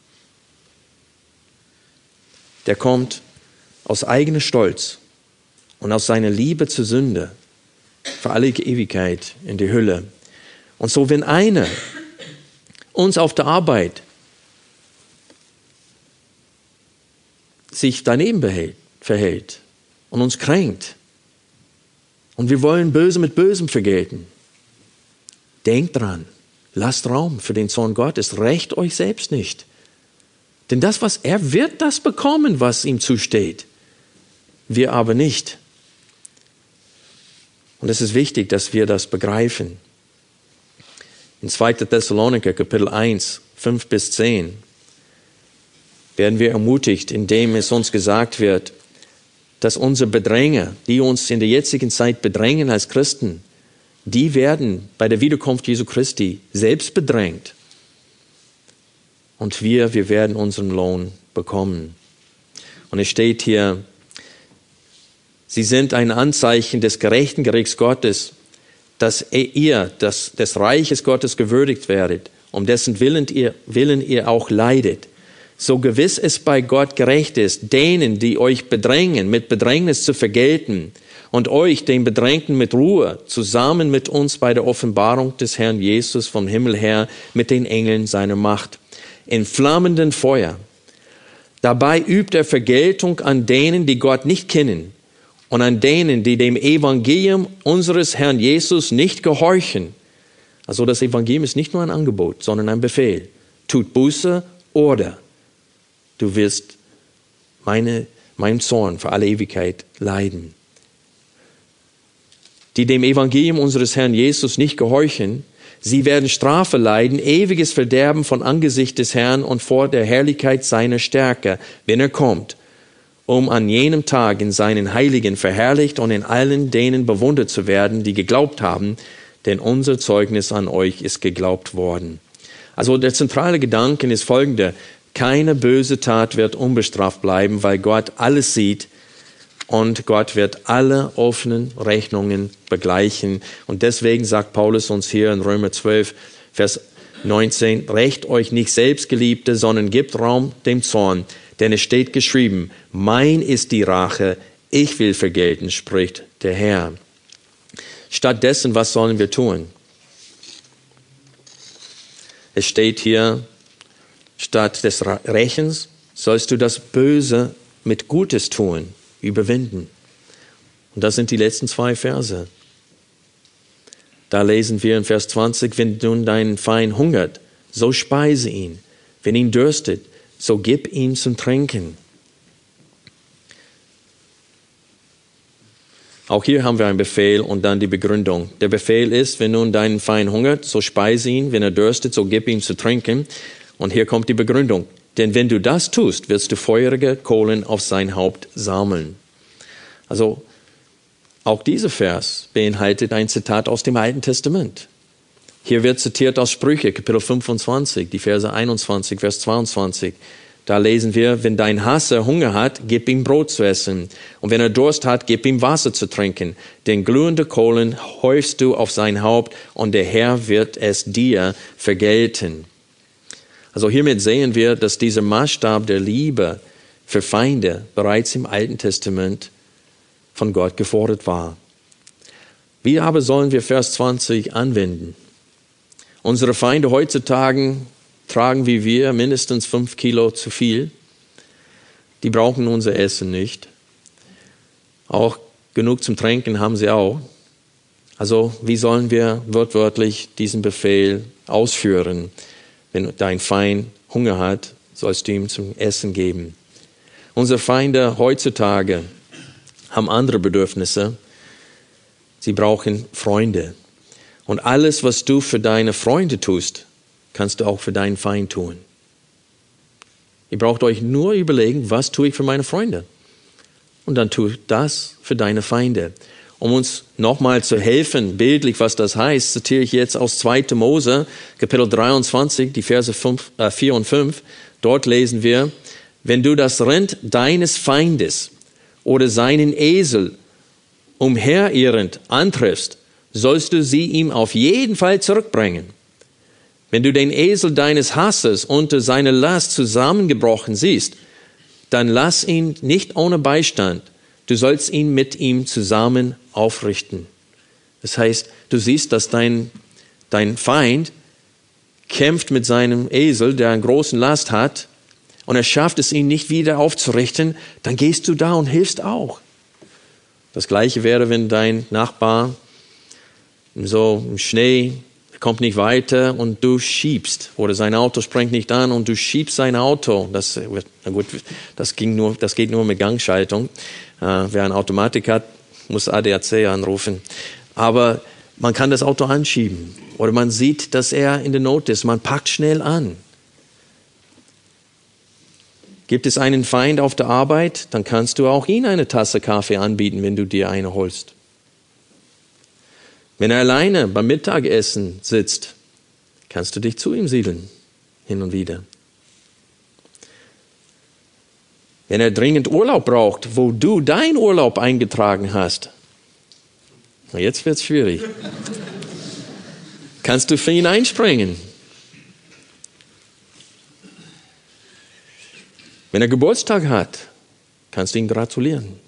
der kommt aus eigenem Stolz und aus seiner Liebe zur Sünde für alle Ewigkeit in die Hölle. Und so, wenn einer uns auf der Arbeit sich daneben behält, verhält und uns kränkt und wir wollen Böse mit Bösem vergelten, denkt dran, lasst Raum für den Zorn Gottes, rächt euch selbst nicht. Denn das, was er wird, das bekommen, was ihm zusteht. Wir aber nicht. Und es ist wichtig, dass wir das begreifen. In zweiter Thessaloniker Kapitel eins, fünf bis zehn werden wir ermutigt, indem es uns gesagt wird, dass unsere Bedränger, die uns in der jetzigen Zeit bedrängen als Christen, die werden bei der Wiederkunft Jesu Christi selbst bedrängt. Und wir, wir werden unseren Lohn bekommen. Und es steht hier, sie sind ein Anzeichen des gerechten Gerichts Gottes, dass ihr das, des Reiches Gottes gewürdigt werdet, um dessen Willen ihr, Willen ihr auch leidet. So gewiss es bei Gott gerecht ist, denen, die euch bedrängen, mit Bedrängnis zu vergelten und euch, den Bedrängten, mit Ruhe, zusammen mit uns bei der Offenbarung des Herrn Jesus vom Himmel her, mit den Engeln seiner Macht, in flammenden Feuer. Dabei übt er Vergeltung an denen, die Gott nicht kennen und an denen, die dem Evangelium unseres Herrn Jesus nicht gehorchen. Also das Evangelium ist nicht nur ein Angebot, sondern ein Befehl. Tut Buße oder du wirst meine, meinen Zorn für alle Ewigkeit leiden. Die dem Evangelium unseres Herrn Jesus nicht gehorchen, sie werden Strafe leiden, ewiges Verderben von Angesicht des Herrn und vor der Herrlichkeit seiner Stärke, wenn er kommt, um an jenem Tag in seinen Heiligen verherrlicht und in allen denen bewundert zu werden, die geglaubt haben, denn unser Zeugnis an euch ist geglaubt worden. Also der zentrale Gedanke ist folgender: Keine böse Tat wird unbestraft bleiben, weil Gott alles sieht und Gott wird alle offenen Rechnungen begleichen. Und deswegen sagt Paulus uns hier in Römer zwölf, Vers neunzehn, rächt euch nicht selbst, Geliebte, sondern gebt Raum dem Zorn. Denn es steht geschrieben, mein ist die Rache, ich will vergelten, spricht der Herr. Stattdessen, was sollen wir tun? Es steht hier, statt des Rächens sollst du das Böse mit Gutes tun, überwinden. Und das sind die letzten zwei Verse. Da lesen wir in Vers zwanzig, wenn nun dein Feind hungert, so speise ihn. Wenn ihn dürstet, so gib ihm zum Trinken. Auch hier haben wir einen Befehl und dann die Begründung. Der Befehl ist, wenn nun dein Feind hungert, so speise ihn. Wenn er dürstet, so gib ihm zu trinken. Und hier kommt die Begründung. Denn wenn du das tust, wirst du feurige Kohlen auf sein Haupt sammeln. Also auch dieser Vers beinhaltet ein Zitat aus dem Alten Testament. Hier wird zitiert aus Sprüche, Kapitel fünfundzwanzig, die Verse einundzwanzig, Vers zweiundzwanzig. Da lesen wir, wenn dein Hasser Hunger hat, gib ihm Brot zu essen. Und wenn er Durst hat, gib ihm Wasser zu trinken. Denn glühende Kohlen häufst du auf sein Haupt und der Herr wird es dir vergelten. Also hiermit sehen wir, dass dieser Maßstab der Liebe für Feinde bereits im Alten Testament von Gott gefordert war. Wie aber sollen wir Vers zwanzig anwenden? Unsere Feinde heutzutage tragen wie wir mindestens fünf Kilo zu viel. Die brauchen unser Essen nicht. Auch genug zum Trinken haben sie auch. Also wie sollen wir wortwörtlich diesen Befehl ausführen? Wenn dein Feind Hunger hat, sollst du ihm zum Essen geben. Unsere Feinde heutzutage haben andere Bedürfnisse. Sie brauchen Freunde. Und alles, was du für deine Freunde tust, kannst du auch für deinen Feind tun. Ihr braucht euch nur überlegen, was tue ich für meine Freunde? Und dann tue das für deine Feinde. Um uns nochmal zu helfen, bildlich, was das heißt, zitiere ich jetzt aus zweiter Mose, Kapitel dreiundzwanzig, die Verse fünf, äh, vier und fünf. Dort lesen wir, wenn du das Rind deines Feindes oder seinen Esel umherirrend antriffst, sollst du sie ihm auf jeden Fall zurückbringen. Wenn du den Esel deines Hasses unter seiner Last zusammengebrochen siehst, dann lass ihn nicht ohne Beistand. Du sollst ihn mit ihm zusammen aufrichten. Das heißt, du siehst, dass dein, dein Feind kämpft mit seinem Esel, der einen großen Last hat, und er schafft es, ihn nicht wieder aufzurichten, dann gehst du da und hilfst auch. Das Gleiche wäre, wenn dein Nachbar so im Schnee kommt nicht weiter und du schiebst, oder sein Auto springt nicht an und du schiebst sein Auto. Das, na gut, das, ging nur, das geht nur mit Gangschaltung. Äh, wer eine Automatik hat, muss A D A C anrufen. Aber man kann das Auto anschieben. Oder man sieht, dass er in der Not ist. Man packt schnell an. Gibt es einen Feind auf der Arbeit, dann kannst du auch ihm eine Tasse Kaffee anbieten, wenn du dir eine holst. Wenn er alleine beim Mittagessen sitzt, kannst du dich zu ihm siedeln, hin und wieder. Wenn er dringend Urlaub braucht, wo du deinen Urlaub eingetragen hast, na jetzt wird es schwierig, kannst du für ihn einspringen. Wenn er Geburtstag hat, kannst du ihm gratulieren.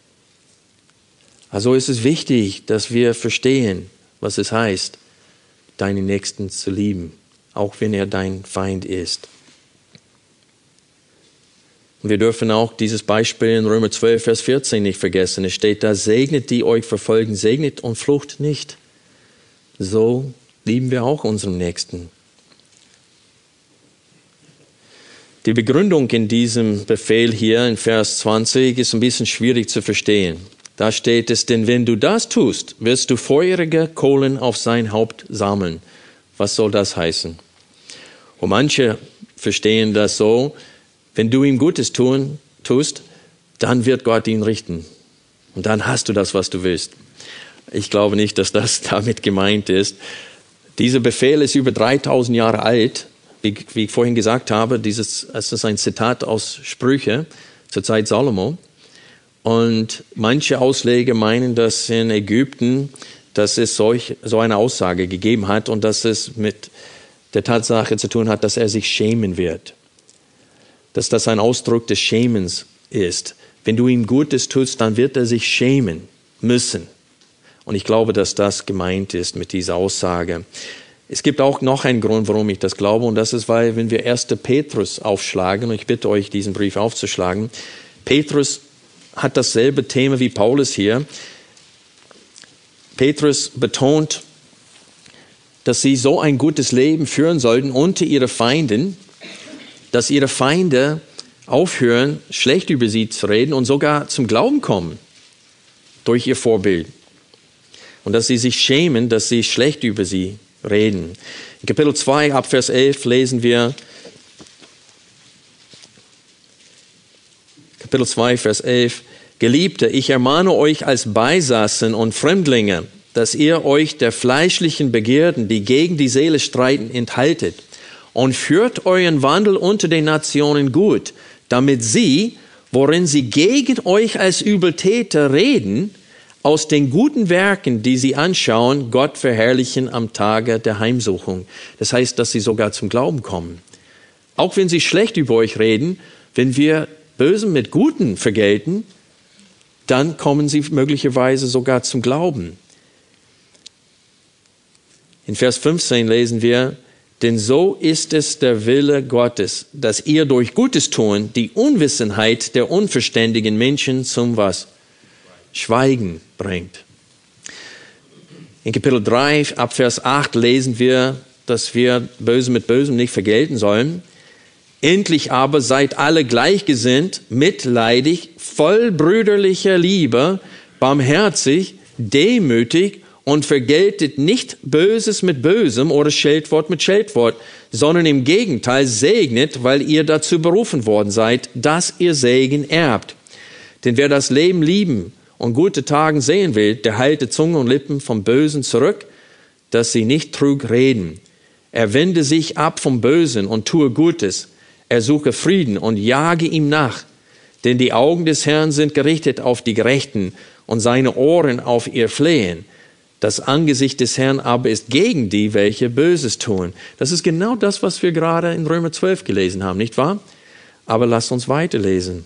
Also ist es wichtig, dass wir verstehen, was es heißt, deinen Nächsten zu lieben, auch wenn er dein Feind ist. Und wir dürfen auch dieses Beispiel in Römer zwölf, Vers vierzehn nicht vergessen. Es steht da, segnet die euch verfolgen, segnet und flucht nicht. So lieben wir auch unseren Nächsten. Die Begründung in diesem Befehl hier in Vers zwanzig ist ein bisschen schwierig zu verstehen. Da steht es, denn wenn du das tust, wirst du feurige Kohlen auf sein Haupt sammeln. Was soll das heißen? Und manche verstehen das so, wenn du ihm Gutes tun, tust, dann wird Gott ihn richten. Und dann hast du das, was du willst. Ich glaube nicht, dass das damit gemeint ist. Dieser Befehl ist über dreitausend Jahre alt. Wie, wie ich vorhin gesagt habe, dieses, das ist ein Zitat aus Sprüche zur Zeit Salomo. Und manche Ausleger meinen, dass in Ägypten, dass es solch, so eine Aussage gegeben hat und dass es mit der Tatsache zu tun hat, dass er sich schämen wird. Dass das ein Ausdruck des Schämens ist. Wenn du ihm Gutes tust, dann wird er sich schämen müssen. Und ich glaube, dass das gemeint ist mit dieser Aussage. Es gibt auch noch einen Grund, warum ich das glaube, und das ist, weil, wenn wir ersten Petrus aufschlagen, und ich bitte euch, diesen Brief aufzuschlagen, Petrus hat dasselbe Thema wie Paulus hier. Petrus betont, dass sie so ein gutes Leben führen sollten unter ihren Feinden, dass ihre Feinde aufhören, schlecht über sie zu reden und sogar zum Glauben kommen durch ihr Vorbild. Und dass sie sich schämen, dass sie schlecht über sie reden. In Kapitel zwei, ab Vers elf lesen wir, Kapitel zwei, Vers elf, Geliebte, ich ermahne euch als Beisassen und Fremdlinge, dass ihr euch der fleischlichen Begierden, die gegen die Seele streiten, enthaltet und führt euren Wandel unter den Nationen gut, damit sie, worin sie gegen euch als Übeltäter reden, aus den guten Werken, die sie anschauen, Gott verherrlichen am Tage der Heimsuchung. Das heißt, dass sie sogar zum Glauben kommen. Auch wenn sie schlecht über euch reden, wenn wir Bösen mit Guten vergelten, dann kommen sie möglicherweise sogar zum Glauben. In Vers fünfzehn lesen wir, denn so ist es der Wille Gottes, dass ihr durch Gutes tun die Unwissenheit der unverständigen Menschen zum was? Schweigen bringt. In Kapitel drei, ab Vers acht lesen wir, dass wir Böse mit Bösem nicht vergelten sollen. Endlich aber seid alle gleichgesinnt, mitleidig, voll brüderlicher Liebe, barmherzig, demütig und vergeltet nicht Böses mit Bösem oder Scheltwort mit Scheltwort, sondern im Gegenteil segnet, weil ihr dazu berufen worden seid, dass ihr Segen erbt. Denn wer das Leben lieben und gute Tagen sehen will, der halte Zunge und Lippen vom Bösen zurück, dass sie nicht trug reden. Er wende sich ab vom Bösen und tue Gutes. Er suche Frieden und jage ihm nach. Denn die Augen des Herrn sind gerichtet auf die Gerechten und seine Ohren auf ihr Flehen. Das Angesicht des Herrn aber ist gegen die, welche Böses tun. Das ist genau das, was wir gerade in Römer zwölf gelesen haben, nicht wahr? Aber lasst uns weiterlesen.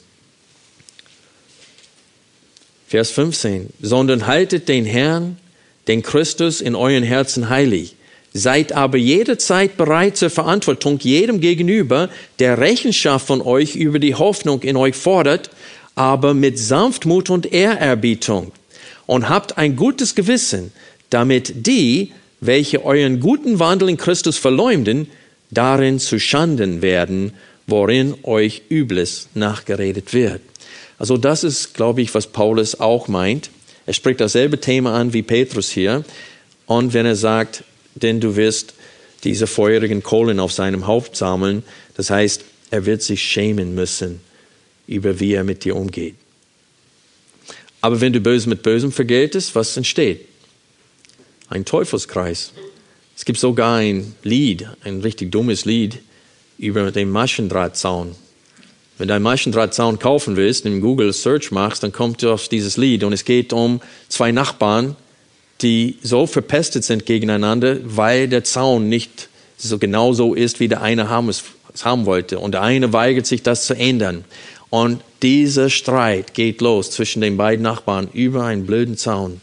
Vers fünfzehn. Sondern haltet den Herrn, den Christus in euren Herzen heilig. Seid aber jederzeit bereit zur Verantwortung jedem gegenüber, der Rechenschaft von euch über die Hoffnung in euch fordert, aber mit Sanftmut und Ehrerbietung. Und habt ein gutes Gewissen, damit die, welche euren guten Wandel in Christus verleumden, darin zu Schanden werden, worin euch Übles nachgeredet wird. Also das ist, glaube ich, was Paulus auch meint. Er spricht dasselbe Thema an wie Petrus hier. Und wenn er sagt, denn du wirst diese feurigen Kohlen auf seinem Haupt sammeln, das heißt, er wird sich schämen müssen, über wie er mit dir umgeht. Aber wenn du Böses mit Bösem vergeltest, was entsteht? Ein Teufelskreis. Es gibt sogar ein Lied, ein richtig dummes Lied über den Maschendrahtzaun. Wenn du einen Maschendrahtzaun kaufen willst, in Google Search machst, dann kommt du auf dieses Lied und es geht um zwei Nachbarn, die so verpestet sind gegeneinander, weil der Zaun nicht so genau so ist, wie der eine haben es haben wollte. Und der eine weigert sich, das zu ändern. Und dieser Streit geht los zwischen den beiden Nachbarn über einen blöden Zaun.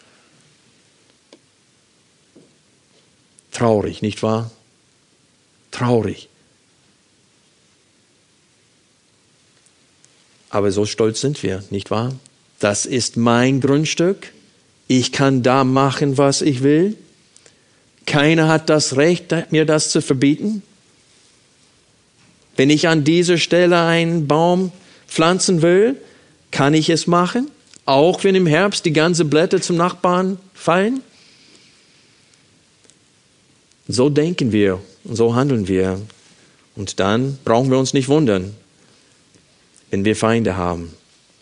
Traurig, nicht wahr? Traurig. Aber so stolz sind wir, nicht wahr? Das ist mein Grundstück. Ich kann da machen, was ich will. Keiner hat das Recht, mir das zu verbieten. Wenn ich an dieser Stelle einen Baum pflanzen will, kann ich es machen, auch wenn im Herbst die ganzen Blätter zum Nachbarn fallen? So denken wir und so handeln wir. Und dann brauchen wir uns nicht wundern, wenn wir Feinde haben.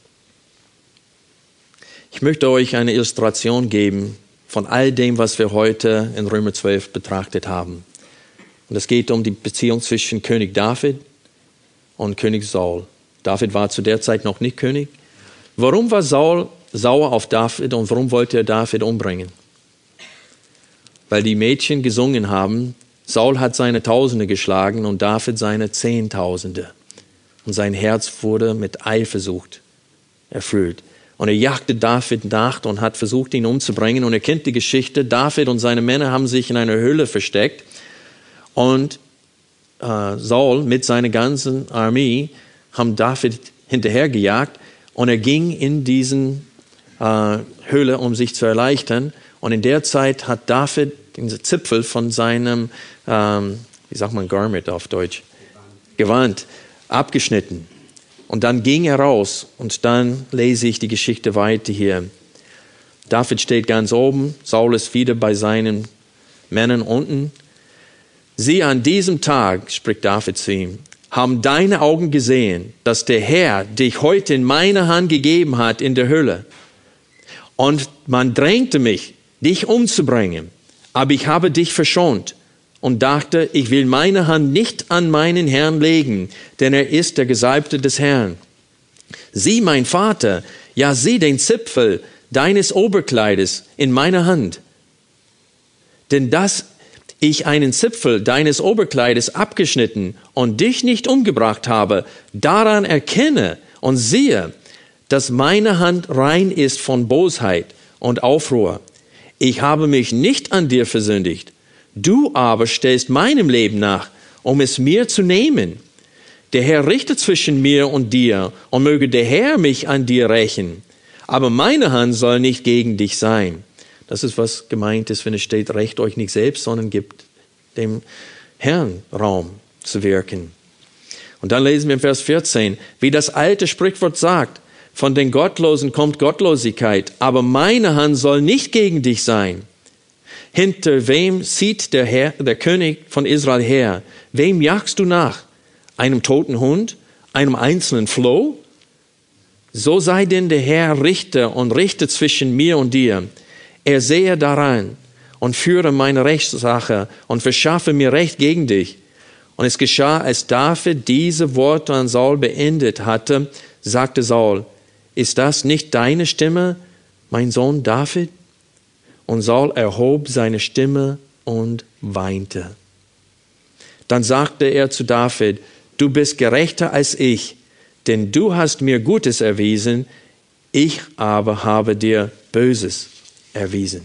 Ich möchte euch eine Illustration geben von all dem, was wir heute in Römer zwölf betrachtet haben. Und es geht um die Beziehung zwischen König David und König Saul. David war zu der Zeit noch nicht König. Warum war Saul sauer auf David und warum wollte er David umbringen? Weil die Mädchen gesungen haben, Saul hat seine Tausende geschlagen und David seine Zehntausende. Und sein Herz wurde mit Eifersucht erfüllt. Und er jagte David nach und hat versucht, ihn umzubringen. Und er kennt die Geschichte. David und seine Männer haben sich in einer Höhle versteckt. Und äh, Saul mit seiner ganzen Armee haben David hinterhergejagt. Und er ging in diesen äh, Höhle, um sich zu erleichtern. Und in der Zeit hat David den Zipfel von seinem, ähm, wie sagt man Garment auf Deutsch? Gewand, abgeschnitten. Und dann ging er raus und dann lese ich die Geschichte weiter hier. David steht ganz oben, Saul ist wieder bei seinen Männern unten. Sieh, an diesem Tag, spricht David zu ihm, haben deine Augen gesehen, dass der Herr dich heute in meine Hand gegeben hat in der Hölle. Und man drängte mich, dich umzubringen, aber ich habe dich verschont und dachte, ich will meine Hand nicht an meinen Herrn legen, denn er ist der Gesalbte des Herrn. Sieh, mein Vater, ja sieh den Zipfel deines Oberkleides in meiner Hand. Denn dass ich einen Zipfel deines Oberkleides abgeschnitten und dich nicht umgebracht habe, daran erkenne und sehe, dass meine Hand rein ist von Bosheit und Aufruhr. Ich habe mich nicht an dir versündigt. Du aber stellst meinem Leben nach, um es mir zu nehmen. Der Herr richtet zwischen mir und dir, und möge der Herr mich an dir rächen. Aber meine Hand soll nicht gegen dich sein. Das ist, was gemeint ist, wenn es steht, rächt euch nicht selbst, sondern gibt dem Herrn Raum zu wirken. Und dann lesen wir in Vers vierzehn, wie das alte Sprichwort sagt, von den Gottlosen kommt Gottlosigkeit, aber meine Hand soll nicht gegen dich sein. Hinter wem zieht der Herr, der König von Israel her? Wem jagst du nach? Einem toten Hund? Einem einzelnen Floh? So sei denn der Herr Richter und richte zwischen mir und dir. Er sehe daran und führe meine Rechtssache und verschaffe mir Recht gegen dich. Und es geschah, als David diese Worte an Saul beendet hatte, sagte Saul, ist das nicht deine Stimme, mein Sohn David? Und Saul erhob seine Stimme und weinte. Dann sagte er zu David, du bist gerechter als ich, denn du hast mir Gutes erwiesen, ich aber habe dir Böses erwiesen.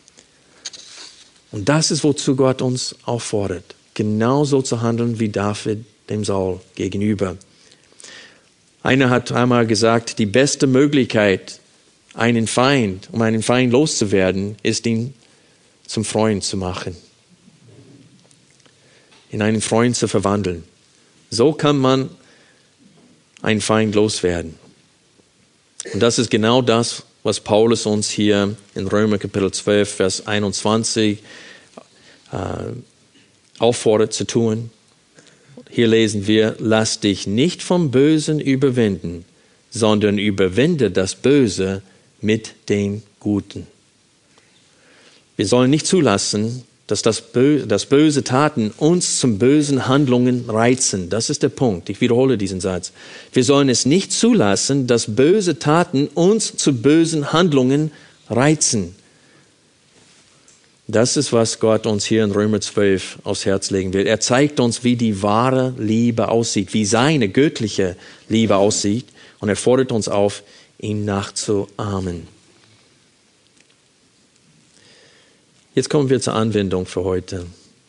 Und das ist, wozu Gott uns auffordert, genauso zu handeln wie David dem Saul gegenüber. Einer hat einmal gesagt, die beste Möglichkeit, einen Feind, um einen Feind loszuwerden, ist ihn zum Freund zu machen, in einen Freund zu verwandeln. So kann man einen Feind loswerden. Und das ist genau das, was Paulus uns hier in Römer Kapitel zwölf, Vers einundzwanzig äh, auffordert zu tun. Hier lesen wir, lass dich nicht vom Bösen überwinden, sondern überwinde das Böse mit dem Guten. Wir sollen nicht zulassen, dass das, Bö- dass böse Taten uns zum bösen Handlungen reizen. Das ist der Punkt. Ich wiederhole diesen Satz. Wir sollen es nicht zulassen, dass böse Taten uns zu bösen Handlungen reizen. Das ist, was Gott uns hier in Römer zwölf aufs Herz legen will. Er zeigt uns, wie die wahre Liebe aussieht, wie seine göttliche Liebe aussieht. Und er fordert uns auf, ihn nachzuahmen. Jetzt kommen wir zur Anwendung für heute.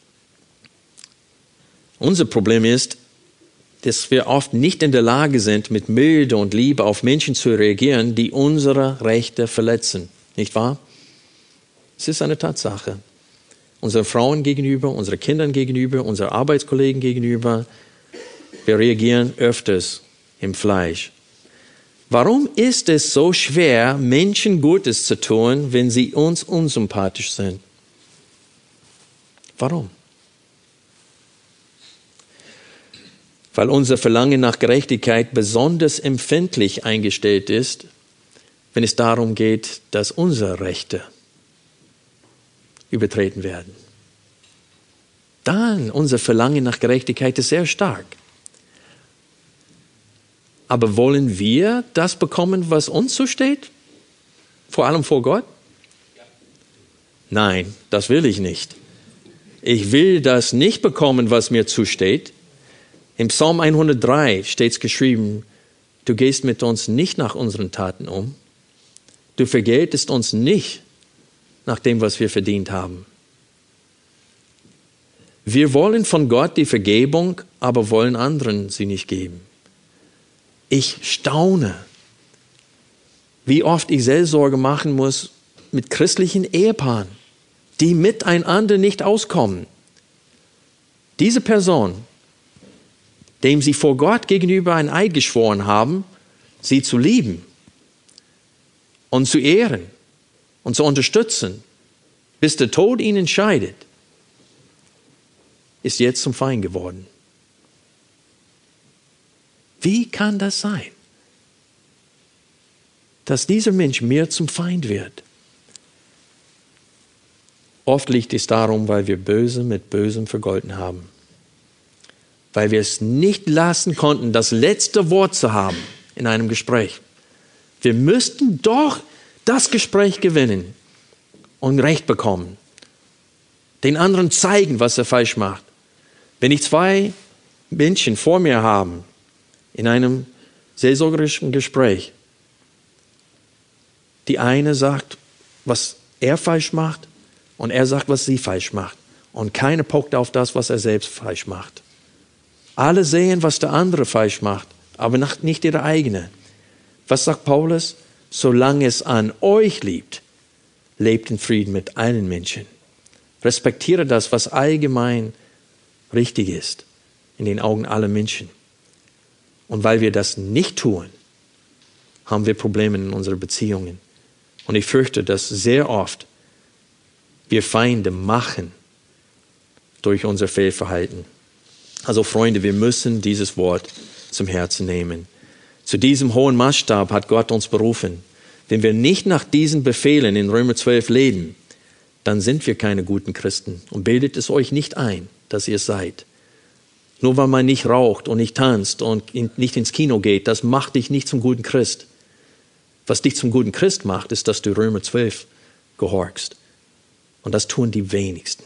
Unser Problem ist, dass wir oft nicht in der Lage sind, mit Milde und Liebe auf Menschen zu reagieren, die unsere Rechte verletzen. Nicht wahr? Es ist eine Tatsache. Unseren Frauen gegenüber, unseren Kindern gegenüber, unseren Arbeitskollegen gegenüber. Wir reagieren öfters im Fleisch. Warum ist es so schwer, Menschen Gutes zu tun, wenn sie uns unsympathisch sind? Warum? Weil unser Verlangen nach Gerechtigkeit besonders empfindlich eingestellt ist, wenn es darum geht, dass unsere Rechte übertreten werden. Dann unser Verlangen nach Gerechtigkeit ist sehr stark. Aber wollen wir das bekommen, was uns zusteht? Vor allem vor Gott? Nein, das will ich nicht. Ich will das nicht bekommen, was mir zusteht. Im Psalm hundertdrei steht es geschrieben, du gehst mit uns nicht nach unseren Taten um. Du vergeltest uns nicht nach dem, was wir verdient haben. Wir wollen von Gott die Vergebung, aber wollen anderen sie nicht geben. Ich staune, wie oft ich Seelsorge machen muss mit christlichen Ehepaaren, die miteinander nicht auskommen. Diese Person, dem sie vor Gott gegenüber ein Eid geschworen haben, sie zu lieben und zu ehren und zu unterstützen, bis der Tod ihn entscheidet, ist jetzt zum Feind geworden. Wie kann das sein, dass dieser Mensch mir zum Feind wird? Oft liegt es darum, weil wir Böse mit Bösem vergolten haben. Weil wir es nicht lassen konnten, das letzte Wort zu haben in einem Gespräch. Wir müssten doch das Gespräch gewinnen und Recht bekommen. Den anderen zeigen, was er falsch macht. Wenn ich zwei Menschen vor mir habe, in einem seelsorgerischen Gespräch, die eine sagt, was er falsch macht, und er sagt, was sie falsch macht. Und keiner pocht auf das, was er selbst falsch macht. Alle sehen, was der andere falsch macht, aber nicht ihre eigene. Was sagt Paulus? Solange es an euch liegt, lebt in Frieden mit allen Menschen. Respektiere das, was allgemein richtig ist, in den Augen aller Menschen. Und weil wir das nicht tun, haben wir Probleme in unseren Beziehungen. Und ich fürchte, dass sehr oft wir Feinde machen durch unser Fehlverhalten. Also Freunde, wir müssen dieses Wort zum Herzen nehmen. Zu diesem hohen Maßstab hat Gott uns berufen. Wenn wir nicht nach diesen Befehlen in Römer zwölf leben, dann sind wir keine guten Christen. Und bildet es euch nicht ein, dass ihr es seid. Nur weil man nicht raucht und nicht tanzt und nicht ins Kino geht, das macht dich nicht zum guten Christ. Was dich zum guten Christ macht, ist, dass du Römer zwölf gehorchst. Und das tun die wenigsten.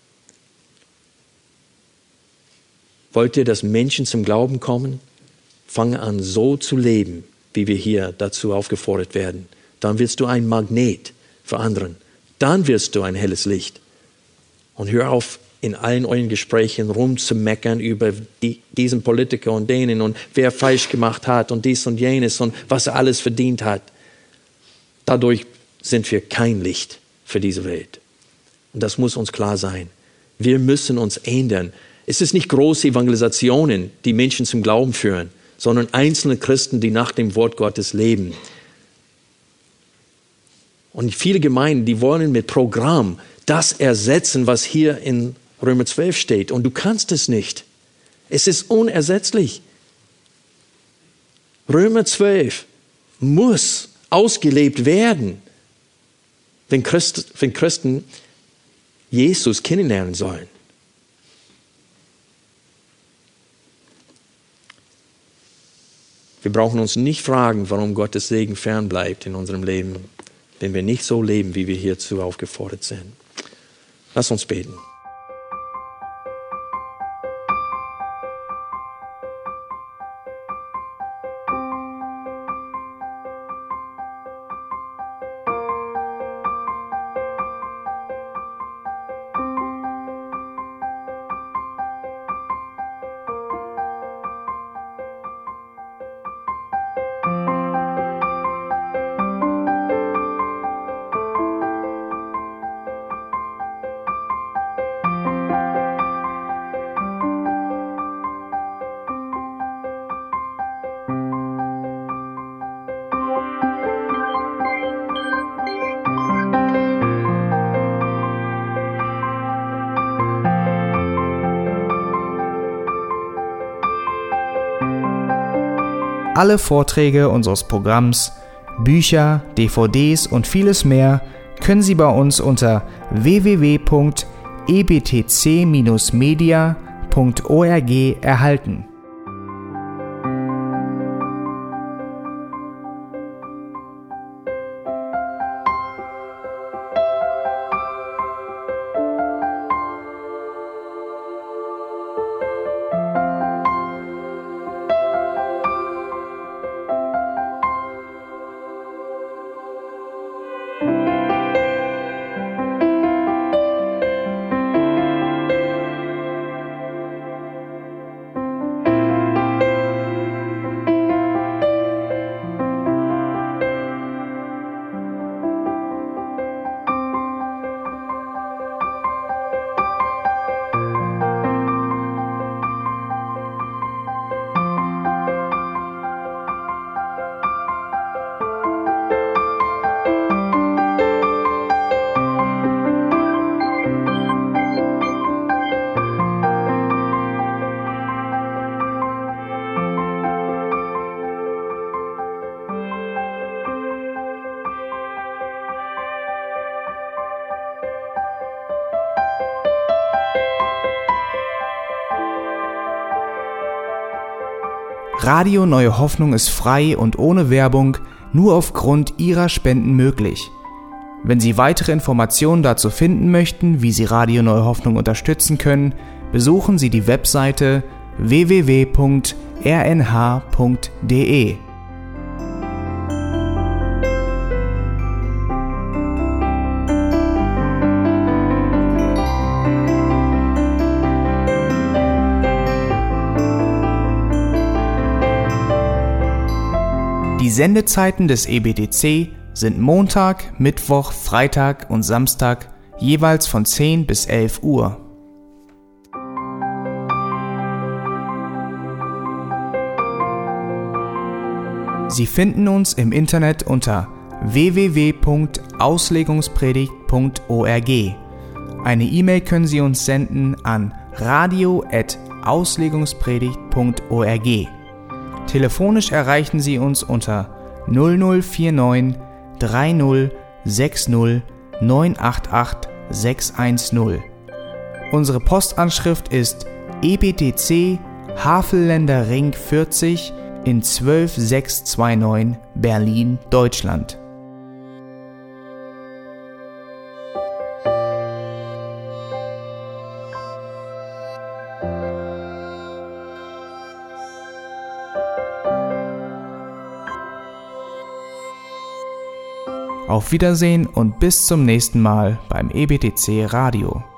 Wollt ihr, dass Menschen zum Glauben kommen? Fange an, so zu leben, wie wir hier dazu aufgefordert werden. Dann wirst du ein Magnet für anderen. Dann wirst du ein helles Licht. Und hör auf, in allen euren Gesprächen rumzumeckern über die, diesen Politiker und denen und wer falsch gemacht hat und dies und jenes und was er alles verdient hat. Dadurch sind wir kein Licht für diese Welt. Und das muss uns klar sein. Wir müssen uns ändern. Es ist nicht große Evangelisationen, die Menschen zum Glauben führen, sondern einzelne Christen, die nach dem Wort Gottes leben. Und viele Gemeinden, die wollen mit Programm das ersetzen, was hier in Römer zwölf steht. Und du kannst es nicht. Es ist unersetzlich. Römer zwölf muss ausgelebt werden, wenn, Christ, wenn Christen Jesus kennenlernen sollen. Wir brauchen uns nicht fragen, warum Gottes Segen fern bleibt in unserem Leben, wenn wir nicht so leben, wie wir hierzu aufgefordert sind. Lass uns beten. Alle Vorträge unseres Programms, Bücher, D V Ds und vieles mehr können Sie bei uns unter w w w punkt e b t c Bindestrich media punkt org erhalten. Radio Neue Hoffnung ist frei und ohne Werbung nur aufgrund Ihrer Spenden möglich. Wenn Sie weitere Informationen dazu finden möchten, wie Sie Radio Neue Hoffnung unterstützen können, besuchen Sie die Webseite w w w punkt r n h punkt d e. Die Sendezeiten des E B T C sind Montag, Mittwoch, Freitag und Samstag jeweils von zehn bis elf Uhr. Sie finden uns im Internet unter w w w punkt auslegungspredigt punkt org. Eine E-Mail können Sie uns senden an radio at auslegungspredigt punkt org. Telefonisch erreichen Sie uns unter null null vier neun drei null sechs null neun acht acht sechs eins null. Unsere Postanschrift ist E B T C Havelländer Ring vierzig in zwölf sechs zwei neun Berlin, Deutschland. Auf Wiedersehen und bis zum nächsten Mal beim E B T C Radio.